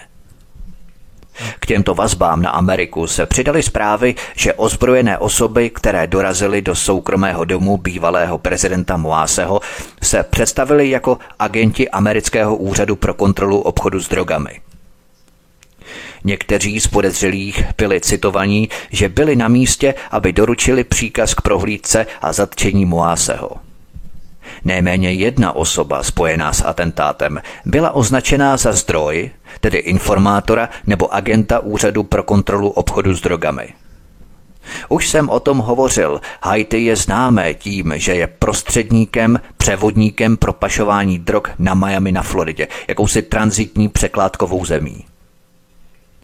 K těmto vazbám na Ameriku se přidaly zprávy, že ozbrojené osoby, které dorazily do soukromého domu bývalého prezidenta Moáseho, se představily jako agenti amerického úřadu pro kontrolu obchodu s drogami. Někteří z podezřelých byli citovaní, že byli na místě, aby doručili příkaz k prohlídce a zatčení Moáseho. Nejméně jedna osoba spojená s atentátem byla označená za zdroj, tedy informátora nebo agenta Úřadu pro kontrolu obchodu s drogami. Už jsem o tom hovořil, Haiti je známé tím, že je prostředníkem, převodníkem pro pašování drog na Miami na Floridě, jakousi tranzitní překládkovou zemí.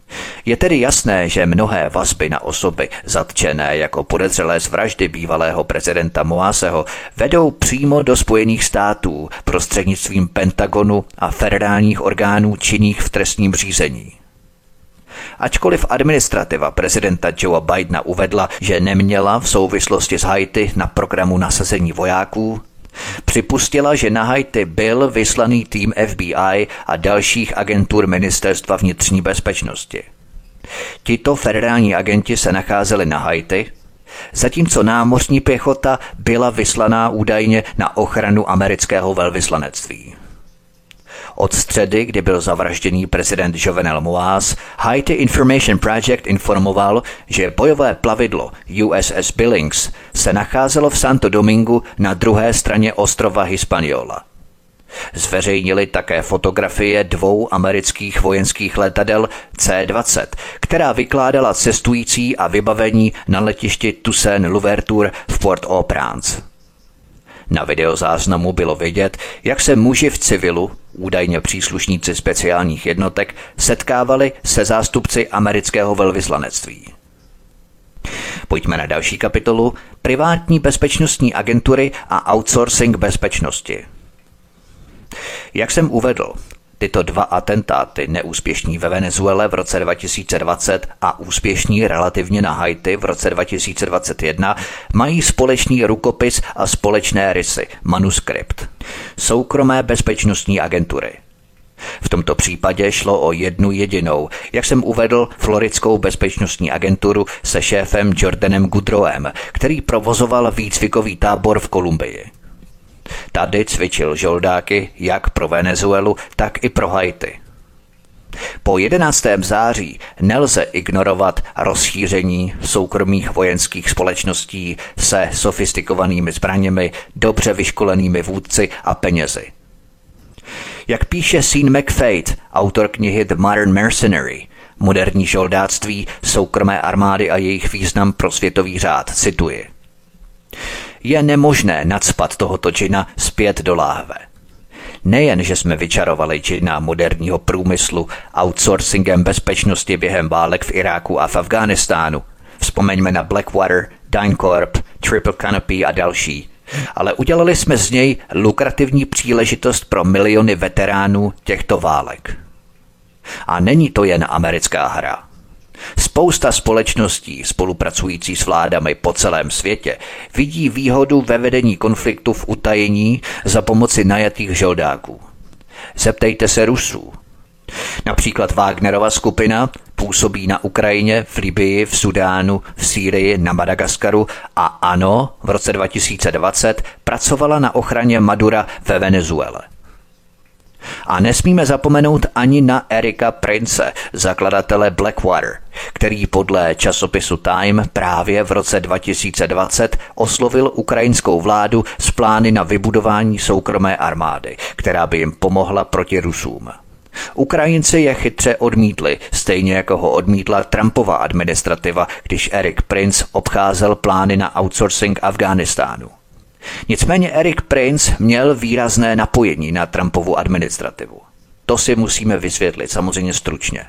Je tedy jasné, že mnohé vazby na osoby zatčené jako podezřelé z vraždy bývalého prezidenta Moaseho vedou přímo do Spojených států prostřednictvím Pentagonu a federálních orgánů činných v trestním řízení. Ačkoliv administrativa prezidenta Joea Bidena uvedla, že neměla v souvislosti s Haiti na programu nasazení vojáků, připustila, že na Haiti byl vyslaný tým F B I a dalších agentur Ministerstva vnitřní bezpečnosti. Tito federální agenti se nacházeli na Haiti, zatímco námořní pěchota byla vyslaná údajně na ochranu amerického velvyslanectví. Od středy, kdy byl zavražděný prezident Jovenel Moïse, Haiti Information Project informoval, že bojové plavidlo U S S Billings se nacházelo v Santo Domingu na druhé straně ostrova Hispaniola. Zveřejnili také fotografie dvou amerických vojenských letadel C dvacet, která vykládala cestující a vybavení na letišti Toussaint v Port-au-Prince. Na videozáznamu bylo vidět, jak se muži v civilu, údajně příslušníci speciálních jednotek, setkávali se zástupci amerického velvyslanectví. Pojďme na další kapitolu: privátní bezpečnostní agentury a outsourcing bezpečnosti. Jak jsem uvedl, tyto dva atentáty, neúspěšní ve Venezuele v roce dva tisíce dvacet a úspěšní relativně na Haiti v roce dva tisíce dvacet jedna, mají společný rukopis a společné rysy, manuskript. Soukromé bezpečnostní agentury. V tomto případě šlo o jednu jedinou, jak jsem uvedl, floridskou bezpečnostní agenturu se šéfem Jordanem Goodrowem, který provozoval výcvikový tábor v Kolumbii. Tady cvičil žoldáky jak pro Venezuelu, tak i pro Haiti. Po jedenáctého září nelze ignorovat rozšíření soukromých vojenských společností se sofistikovanými zbraněmi, dobře vyškolenými vůdci a penězi. Jak píše Sean McFate, autor knihy The Modern Mercenary, moderní žoldáctví, soukromé armády a jejich význam pro světový řád, cituji: je nemožné nacpat tohoto džina zpět do láhve. Nejen, že jsme vyčarovali džina moderního průmyslu outsourcingem bezpečnosti během válek v Iráku a v Afghánistánu, vzpomeňme na Blackwater, DynCorp, Triple Canopy a další, ale udělali jsme z něj lukrativní příležitost pro miliony veteránů těchto válek. A není to jen americká hra. Spousta společností spolupracující s vládami po celém světě vidí výhodu ve vedení konfliktu v utajení za pomoci najatých žoldáků. Zeptejte se Rusů. Například Wagnerova skupina působí na Ukrajině, v Libyi, v Sudánu, v Sýrii, na Madagaskaru a ANO v roce dva tisíce dvacet pracovala na ochraně Madura ve Venezuele. A nesmíme zapomenout ani na Erika Prince, zakladatele Blackwater, který podle časopisu Time právě v roce dva tisíce dvacet oslovil ukrajinskou vládu s plány na vybudování soukromé armády, která by jim pomohla proti Rusům. Ukrajinci je chytře odmítli, stejně jako ho odmítla Trumpova administrativa, když Erik Prince obcházel plány na outsourcing Afghánistánu. Nicméně Erik Prince měl výrazné napojení na Trumpovu administrativu. To si musíme vysvětlit, samozřejmě stručně.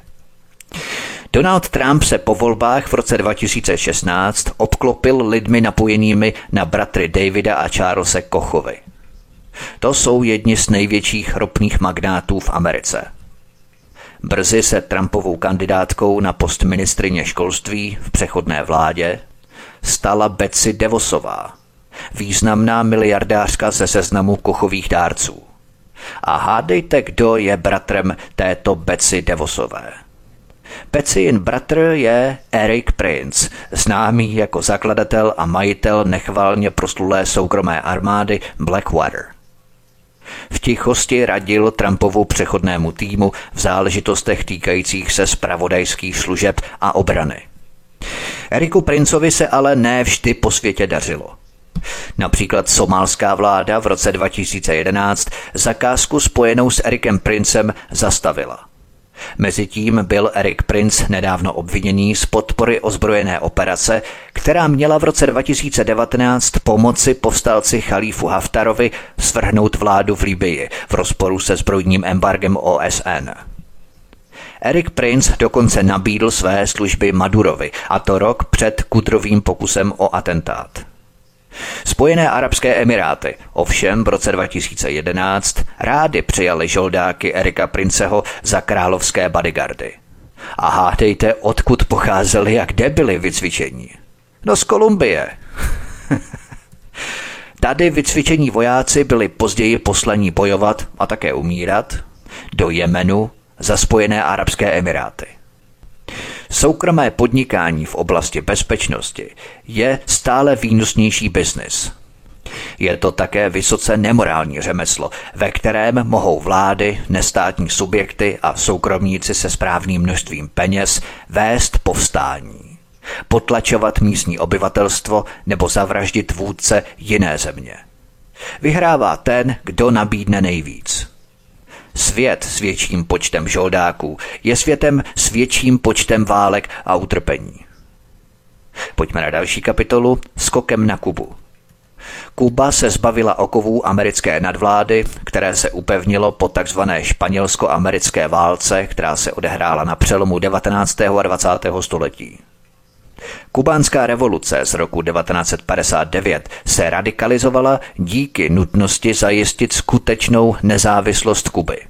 Donald Trump se po volbách v roce dva tisíce šestnáct obklopil lidmi napojenými na bratry Davida a Charlese Kochovi. To jsou jedni z největších ropných magnátů v Americe. Brzy se Trumpovou kandidátkou na post ministryně školství v přechodné vládě stala Betsy DeVosová, významná miliardářka ze seznamu Kochových dárců. A hádejte, kdo je bratrem této Betsy DeVosové. Betsyin bratr je Erik Prince, známý jako zakladatel a majitel nechvalně proslulé soukromé armády Blackwater. V tichosti radil Trumpovu přechodnému týmu v záležitostech týkajících se zpravodajských služeb a obrany. Eriku Princovi se ale ne vždy po světě dařilo. Například somálská vláda v roce dva tisíce jedenáct zakázku spojenou s Erikem Princem zastavila. Mezitím byl Erik Prince nedávno obviněný z podpory ozbrojené operace, která měla v roce dva tisíce devatenáct pomoci povstalci Chalífu Haftarovi svrhnout vládu v Libyi v rozporu se zbrojním embargem O S N. Erik Prince dokonce nabídl své služby Madurovi, a to rok před Kudrovým pokusem o atentát. Spojené arabské emiráty ovšem v roce dva tisíce jedenáct rády přijali žoldáky Erika Princeho za královské bodyguardy. A hádejte, odkud pocházeli a kde byli vycvičení? No z Kolumbie. Tady vycvičení vojáci byli později poslaní bojovat a také umírat do Jemenu za Spojené arabské emiráty. Soukromé podnikání v oblasti bezpečnosti je stále výnosnější biznis. Je to také vysoce nemorální řemeslo, ve kterém mohou vlády, nestátní subjekty a soukromníci se správným množstvím peněz vést povstání, potlačovat místní obyvatelstvo nebo zavraždit vůdce jiné země. Vyhrává ten, kdo nabídne nejvíc. Svět s větším počtem žoldáků je světem s větším počtem válek a utrpení. Pojďme na další kapitolu skokem na Kubu. Kuba se zbavila okovů americké nadvlády, které se upevnilo po takzvané španělsko-americké válce, která se odehrála na přelomu devatenáctého a dvacátého století. Kubánská revoluce z roku devatenáct set padesát devět se radikalizovala díky nutnosti zajistit skutečnou nezávislost Kuby.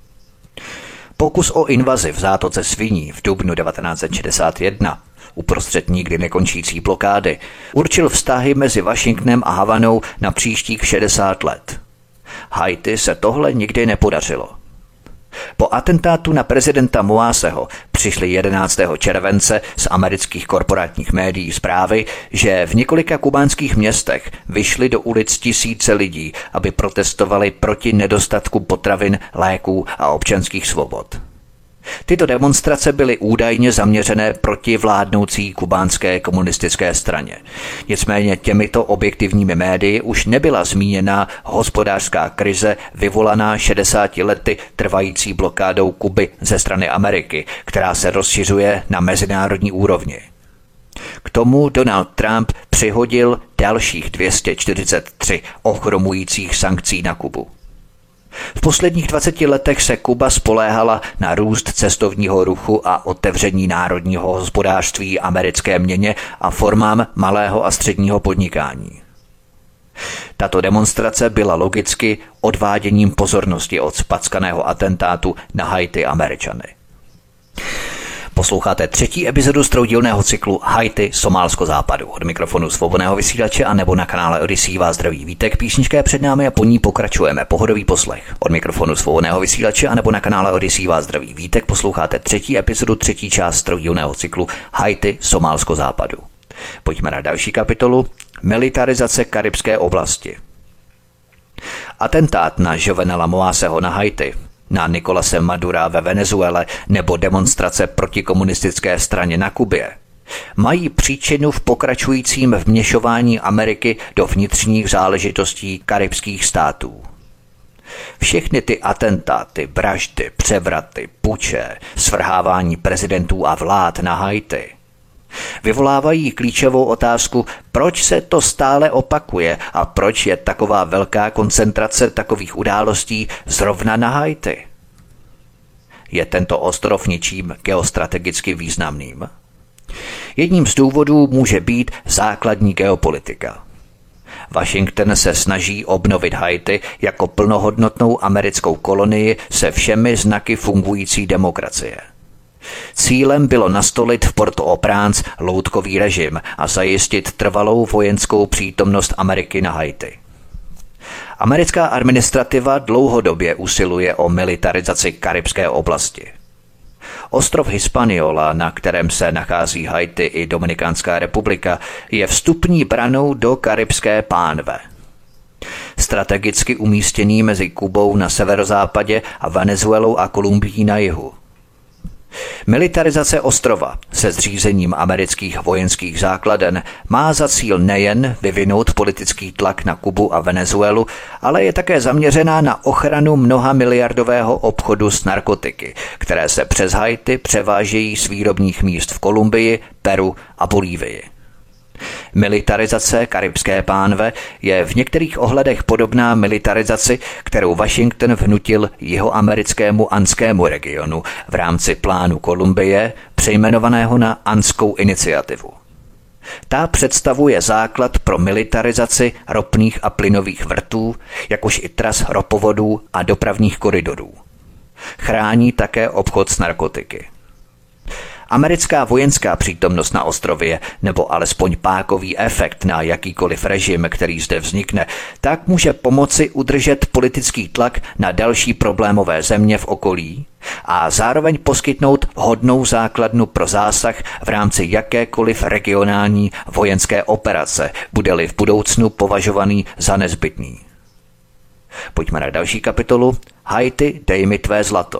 Pokus o invazi v zátoce Sviní v dubnu devatenáct set šedesát jedna, uprostřed nikdy nekončící blokády, určil vztahy mezi Washingtonem a Havanou na příštích šedesát let. Haiti se tohle nikdy nepodařilo. Po atentátu na prezidenta Moaseho přišly jedenáctého července z amerických korporátních médií zprávy, že v několika kubánských městech vyšly do ulic tisíce lidí, aby protestovali proti nedostatku potravin, léků a občanských svobod. Tyto demonstrace byly údajně zaměřené proti vládnoucí kubánské komunistické straně. Nicméně těmito objektivními médii už nebyla zmíněna hospodářská krize vyvolaná šedesáti lety trvající blokádou Kuby ze strany Ameriky, která se rozšiřuje na mezinárodní úrovni. K tomu Donald Trump přihodil dalších dvě stě čtyřicet tři ochromujících sankcí na Kubu. V posledních dvaceti letech se Kuba spoléhala na růst cestovního ruchu a otevření národního hospodářství americké měně a formám malého a středního podnikání. Tato demonstrace byla logicky odváděním pozornosti od spackaného atentátu na Haiti Američany. Posloucháte třetí epizodu z troudílného cyklu Haiti, Somálsko západu. Od mikrofonu svobodného vysílače a nebo na kanále Odyssey vás zdraví Vítek. Písnička je před námi a po ní pokračujeme. Pohodový poslech. Od mikrofonu svobodného vysílače a nebo na kanále Odyssey vás zdraví Vítek. Posloucháte třetí epizodu, třetí část troudílného cyklu Haiti, Somálsko západu. Pojďme na další kapitolu. Militarizace karibské oblasti. Atentát na Jovenela Moaseho na Haiti, na Nicolase Madura ve Venezuele nebo demonstrace proti komunistické straně na Kubě mají příčinu v pokračujícím vměšování Ameriky do vnitřních záležitostí karibských států. Všechny ty atentáty, vraždy, převraty, puče, svrhávání prezidentů a vlád na Haiti vyvolávají klíčovou otázku, proč se to stále opakuje a proč je taková velká koncentrace takových událostí zrovna na Haiti. Je tento ostrov něčím geostrategicky významným? Jedním z důvodů může být základní geopolitika. Washington se snaží obnovit Haiti jako plnohodnotnou americkou kolonii se všemi znaky fungující demokracie. Cílem bylo nastolit v Port-au-Prince loutkový režim a zajistit trvalou vojenskou přítomnost Ameriky na Haiti. Americká administrativa dlouhodobě usiluje o militarizaci karibské oblasti. Ostrov Hispaniola, na kterém se nachází Haiti i Dominikánská republika, je vstupní branou do karibské pánve. Strategicky umístěný mezi Kubou na severozápadě a Venezuelou a Kolumbií na jihu. Militarizace ostrova se zřízením amerických vojenských základen má za cíl nejen vyvinout politický tlak na Kubu a Venezuelu, ale je také zaměřená na ochranu mnoha miliardového obchodu s narkotiky, které se přes Haiti převážejí z výrobních míst v Kolumbii, Peru a Bolívii. Militarizace karibské pánve je v některých ohledech podobná militarizaci, kterou Washington vnutil jihoamerickému andskému regionu v rámci plánu Kolumbie, přejmenovaného na Andskou iniciativu. Ta představuje základ pro militarizaci ropných a plynových vrtů, jakož i tras ropovodů a dopravních koridorů. Chrání také obchod s narkotiky. Americká vojenská přítomnost na ostrově, nebo alespoň pákový efekt na jakýkoliv režim, který zde vznikne, tak může pomoci udržet politický tlak na další problémové země v okolí a zároveň poskytnout vhodnou základnu pro zásah v rámci jakékoliv regionální vojenské operace, bude-li v budoucnu považovaný za nezbytný. Pojďme na další kapitolu. Haiti, dej mi tvé zlato.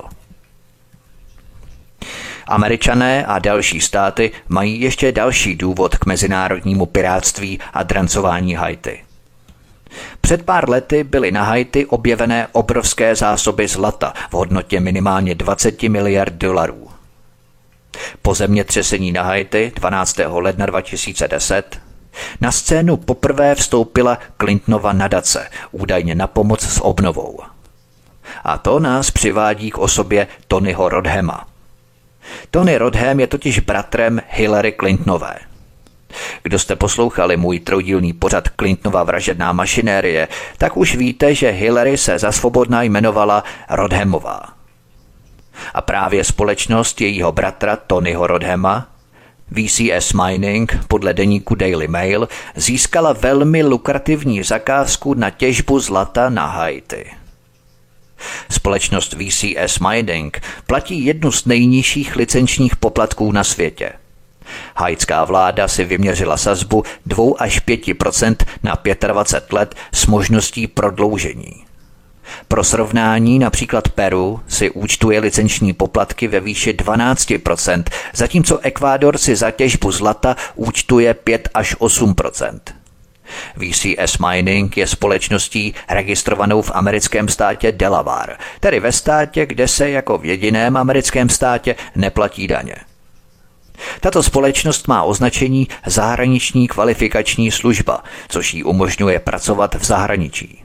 Američané a další státy mají ještě další důvod k mezinárodnímu pirátství a drancování Haiti. Před pár lety byly na Haiti objevené obrovské zásoby zlata v hodnotě minimálně dvacet miliard dolarů. Po zemětřesení na Haiti dvanáctého ledna dva tisíce deset na scénu poprvé vstoupila Clintonova nadace, údajně na pomoc s obnovou. A to nás přivádí k osobě Tonyho Rodhama. Tony Rodham je totiž bratrem Hillary Clintonové. Kdo jste poslouchali můj troudílný pořad Clintonova vražedná mašinérie, tak už víte, že Hillary se za svobodná jmenovala Rodhamová. A právě společnost jejího bratra Tonyho Rodhama, V C S Mining, podle deníku Daily Mail, získala velmi lukrativní zakázku na těžbu zlata na Haiti. Společnost V C S Mining platí jednu z nejnižších licenčních poplatků na světě. Haitská vláda si vyměřila sazbu dva až pět procent na dvacet pět let s možností prodloužení. Pro srovnání například Peru si účtuje licenční poplatky ve výši dvanáct procent, zatímco Ekvádor si za těžbu zlata účtuje pět až osm procent. V C S Mining je společností registrovanou v americkém státě Delaware, tedy ve státě, kde se jako v jediném americkém státě neplatí daně. Tato společnost má označení zahraniční kvalifikační služba, což jí umožňuje pracovat v zahraničí.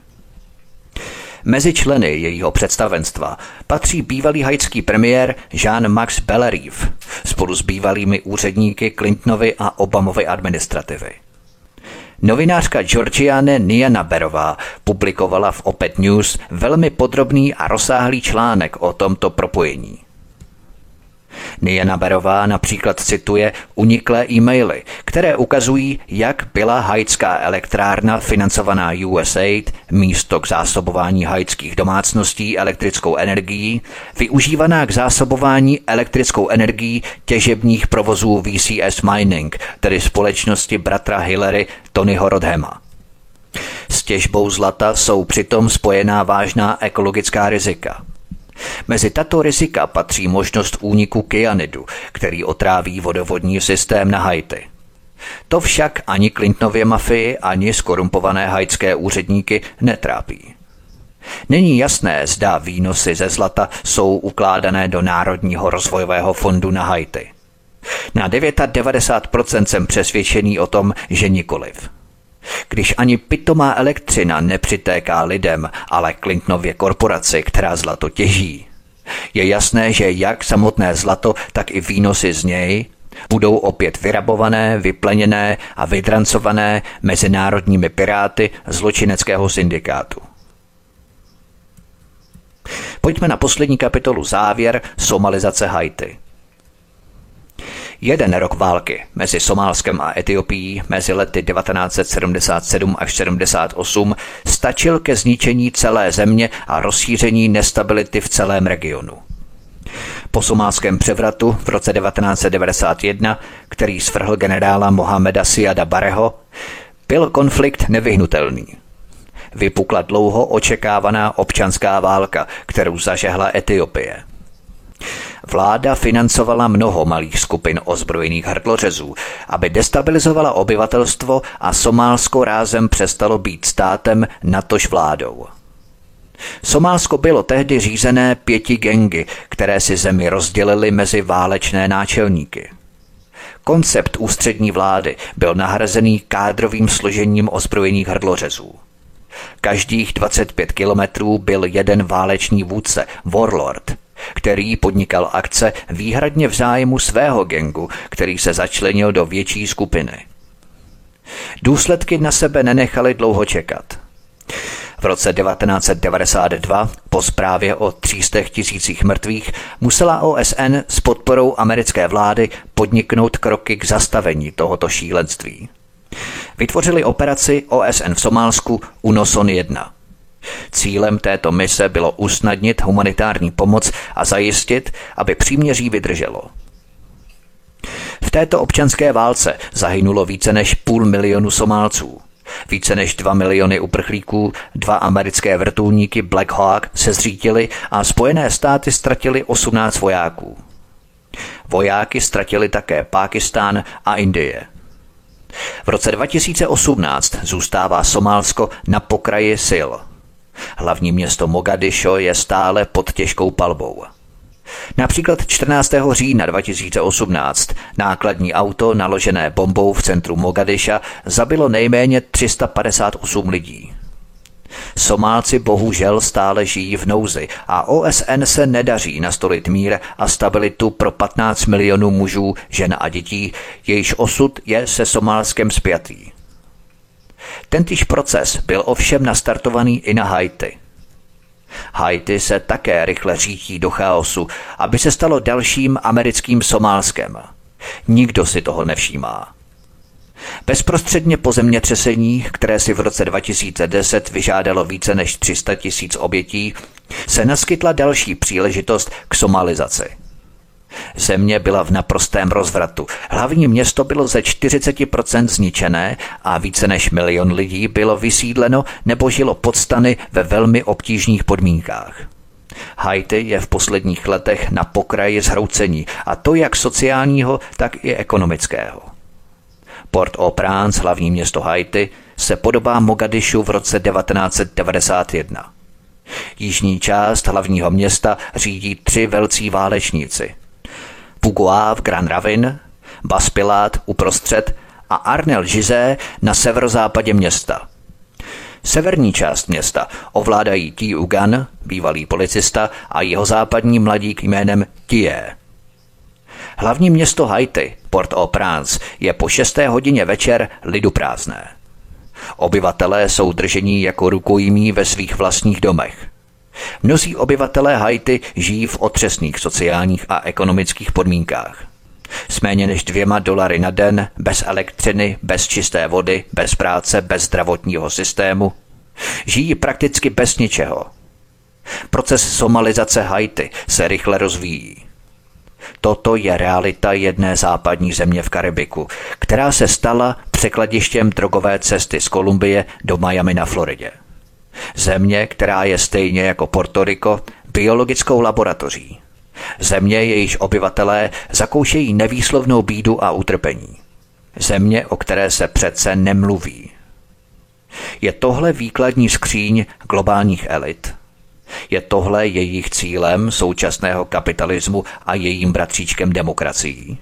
Mezi členy jejího představenstva patří bývalý haitský premiér Jean-Max Bellerive spolu s bývalými úředníky Clintonovy a Obamovy administrativy. Novinářka Georgiane Nianaberová publikovala v Opet News velmi podrobný a rozsáhlý článek o tomto propojení. Nianaberová například cituje uniklé e-maily, které ukazují, jak byla haitská elektrárna financovaná U S A I D, místo k zásobování haitských domácností elektrickou energií, využívaná k zásobování elektrickou energií těžebních provozů V C S Mining, tedy společnosti bratra Hillary Tonyho Rodhama. S těžbou zlata jsou přitom spojená vážná ekologická rizika. Mezi tato rizika patří možnost úniku kyanidu, který otráví vodovodní systém na Haiti. To však ani Clintonově mafii, ani skorumpované haitské úředníky netrápí. Není jasné, zda výnosy ze zlata jsou ukládané do Národního rozvojového fondu na Haiti. Na devadesát devět procent jsem přesvědčený o tom, že nikoliv. Když ani pitomá elektřina nepřitéká lidem, ale Clintonově korporaci, která zlato těží, je jasné, že jak samotné zlato, tak i výnosy z něj budou opět vyrabované, vypleněné a vydrancované mezinárodními piráty zločineckého syndikátu. Pojďme na poslední kapitolu závěr somalizace Haiti. Jeden rok války mezi Somálskem a Etiopií mezi lety devatenáct set sedmdesát sedm až sedmdesát osm stačil ke zničení celé země a rozšíření nestability v celém regionu. Po somálském převratu v roce devatenáct set devadesát jedna, který svrhl generála Mohameda Siada Barreho, byl konflikt nevyhnutelný. Vypukla dlouho očekávaná občanská válka, kterou zažehla Etiopie. Vláda financovala mnoho malých skupin ozbrojených hrdlořezů, aby destabilizovala obyvatelstvo a Somálsko rázem přestalo být státem, natož vládou. Somálsko bylo tehdy řízené pěti gangy, které si zemi rozdělily mezi válečné náčelníky. Koncept ústřední vlády byl nahrazený kádrovým složením ozbrojených hrdlořezů. Každých dvacet pět kilometrů byl jeden válečný vůdce, warlord, který podnikal akce výhradně v zájmu svého gangu, který se začlenil do větší skupiny. Důsledky na sebe nenechaly dlouho čekat. V roce devatenáct set devadesát dva, po zprávě o tři sta tisících mrtvých, musela O S N s podporou americké vlády podniknout kroky k zastavení tohoto šílenství. Vytvořili operaci O S N v Somálsku UNOSON jedna. Cílem této mise bylo usnadnit humanitární pomoc a zajistit, aby příměří vydrželo. V této občanské válce zahynulo více než půl milionu Somálců. Více než dva miliony uprchlíků, dva americké vrtulníky Black Hawk se zřítily a Spojené státy ztratili osmnáct vojáků. Vojáky ztratili také Pákistán a Indie. V roce dva tisíce osmnáct zůstává Somálsko na pokraji sil. Hlavní město Mogadišo je stále pod těžkou palbou. Například čtrnáctého října dva tisíce osmnáct nákladní auto naložené bombou v centru Mogadiša zabilo nejméně tři sta padesát osm lidí. Somálci bohužel stále žijí v nouzi a O S N se nedaří nastolit mír a stabilitu pro patnáct milionů mužů, žen a dětí, jejichž osud je se Somálskem spjatý. Tentýž proces byl ovšem nastartovaný i na Haiti. Haiti se také rychle řítí do chaosu, aby se stalo dalším americkým Somálskem. Nikdo si toho nevšímá. Bezprostředně po zemětřesení, které si v roce dva tisíce deset vyžádalo více než tři sta tisíc obětí, se naskytla další příležitost k somalizaci. Země byla v naprostém rozvratu. Hlavní město bylo ze čtyřicet procent zničené a více než milion lidí bylo vysídleno nebo žilo pod stany ve velmi obtížných podmínkách. Haiti je v posledních letech na pokraji zhroucení, a to jak sociálního, tak i ekonomického. Port-au-Prince, hlavní město Haiti, se podobá Mogadišu v roce devatenáct set devadesát jedna. Jižní část hlavního města řídí tři velcí válečníci. Pougoa v Grand Ravine, Baspilat uprostřed a Arnel Gizé na severozápadě města. Severní část města ovládají T. Ugan, bývalý policista, a jeho západní mladík jménem Tie. Hlavní město Haiti, Port-au-Prince, je po šesté hodině večer liduprázdné. Obyvatelé jsou drženi jako rukojmí ve svých vlastních domech. Mnozí obyvatelé Haiti žijí v otřesných sociálních a ekonomických podmínkách. S méně než dvěma dolary na den, bez elektřiny, bez čisté vody, bez práce, bez zdravotního systému. Žijí prakticky bez ničeho. Proces somalizace Haiti se rychle rozvíjí. Toto je realita jedné západní země v Karibiku, která se stala překladištěm drogové cesty z Kolumbie do Miami na Floridě. Země, která je stejně jako Porto Rico biologickou laboratoří. Země, jejíž obyvatelé zakoušejí nevýslovnou bídu a utrpení. Země, o které se přece nemluví. Je tohle výkladní skříň globálních elit? Je tohle jejich cílem současného kapitalismu a jejím bratříčkem demokracií?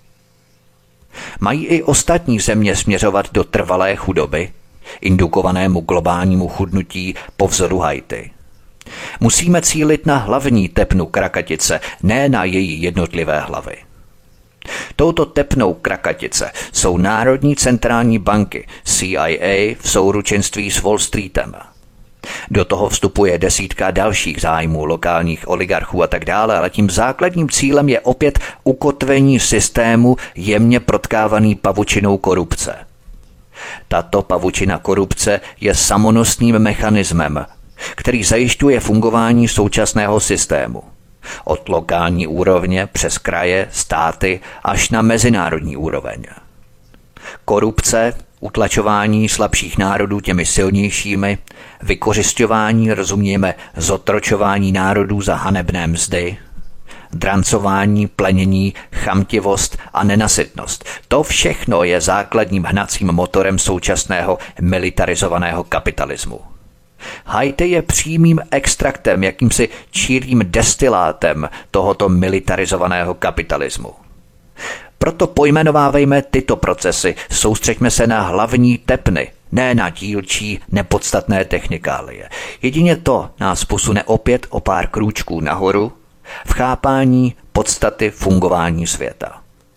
Mají i ostatní země směřovat do trvalé chudoby, indukovanému globálnímu chudnutí po vzoru Haiti? Musíme cílit na hlavní tepnu krakatice, ne na její jednotlivé hlavy. Touto tepnou krakatice jsou národní centrální banky C I A v souručenství s Wall Streetem. Do toho vstupuje desítka dalších zájmů lokálních oligarchů a tak dále, ale tím základním cílem je opět ukotvení systému jemně protkávaný pavučinou korupce. Tato pavučina korupce je samonosným mechanismem, který zajišťuje fungování současného systému. Od lokální úrovně přes kraje, státy až na mezinárodní úroveň. Korupce, utlačování slabších národů těmi silnějšími, vykořisťování, rozumíme, zotročování národů za hanebné mzdy, drancování, plenění, chamtivost a nenasytnost. To všechno je základním hnacím motorem současného militarizovaného kapitalismu. Haiti je přímým extraktem, jakýmsi čirým destilátem tohoto militarizovaného kapitalismu. Proto pojmenovávejme tyto procesy, soustřeďme se na hlavní tepny, ne na dílčí nepodstatné technikálie. Jedině to nás posune opět o pár krůčků nahoru v chápání podstaty fungování světa.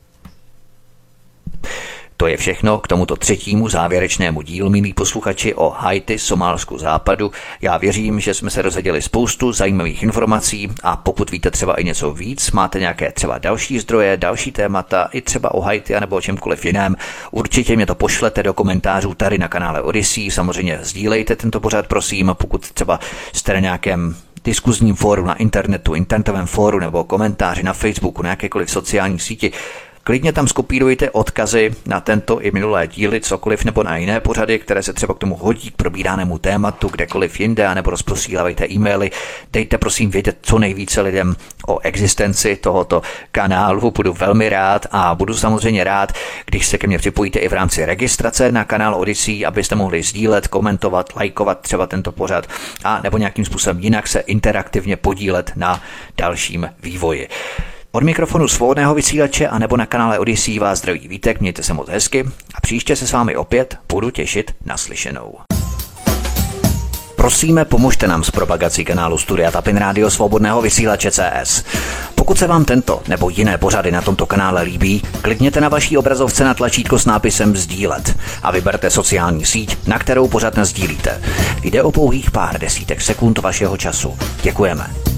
To je všechno k tomuto třetímu závěrečnému dílu, milí posluchači, o Haiti, Somálsku, Západu. Já věřím, že jsme se dozvěděli spoustu zajímavých informací a pokud víte třeba i něco víc, máte nějaké třeba další zdroje, další témata, i třeba o Haiti nebo o čemkoliv jiném, určitě mě to pošlete do komentářů tady na kanále Odyssey. Samozřejmě sdílejte tento pořad, prosím, pokud třeba jste na nějakém diskuzním fóru na internetu, internetovém fóru nebo komentáři na Facebooku, na jakékoliv sociální síti. Klidně tam skopírujte odkazy na tento i minulé díly, cokoliv, nebo na jiné pořady, které se třeba k tomu hodí, k probíranému tématu, kdekoliv jinde, nebo rozposílávejte e-maily. Dejte prosím vědět co nejvíce lidem o existenci tohoto kanálu. Budu velmi rád a budu samozřejmě rád, když se ke mně připojíte i v rámci registrace na kanál Odyssey, abyste mohli sdílet, komentovat, lajkovat třeba tento pořad a nebo nějakým způsobem jinak se interaktivně podílet na dalším vývoji. Od mikrofonu svobodného vysílače a nebo na kanále Odyssey vás zdraví Vítek, mějte se moc hezky a příště se s vámi opět budu těšit na slyšenou. Prosíme, pomožte nám s propagací kanálu Studia Tapin Rádio Svobodného vysílače C S. Pokud se vám tento nebo jiné pořady na tomto kanále líbí, klikněte na vaší obrazovce na tlačítko s nápisem sdílet a vyberte sociální síť, na kterou pořad nasdílíte. Jde o pouhých pár desítek sekund vašeho času. Děkujeme.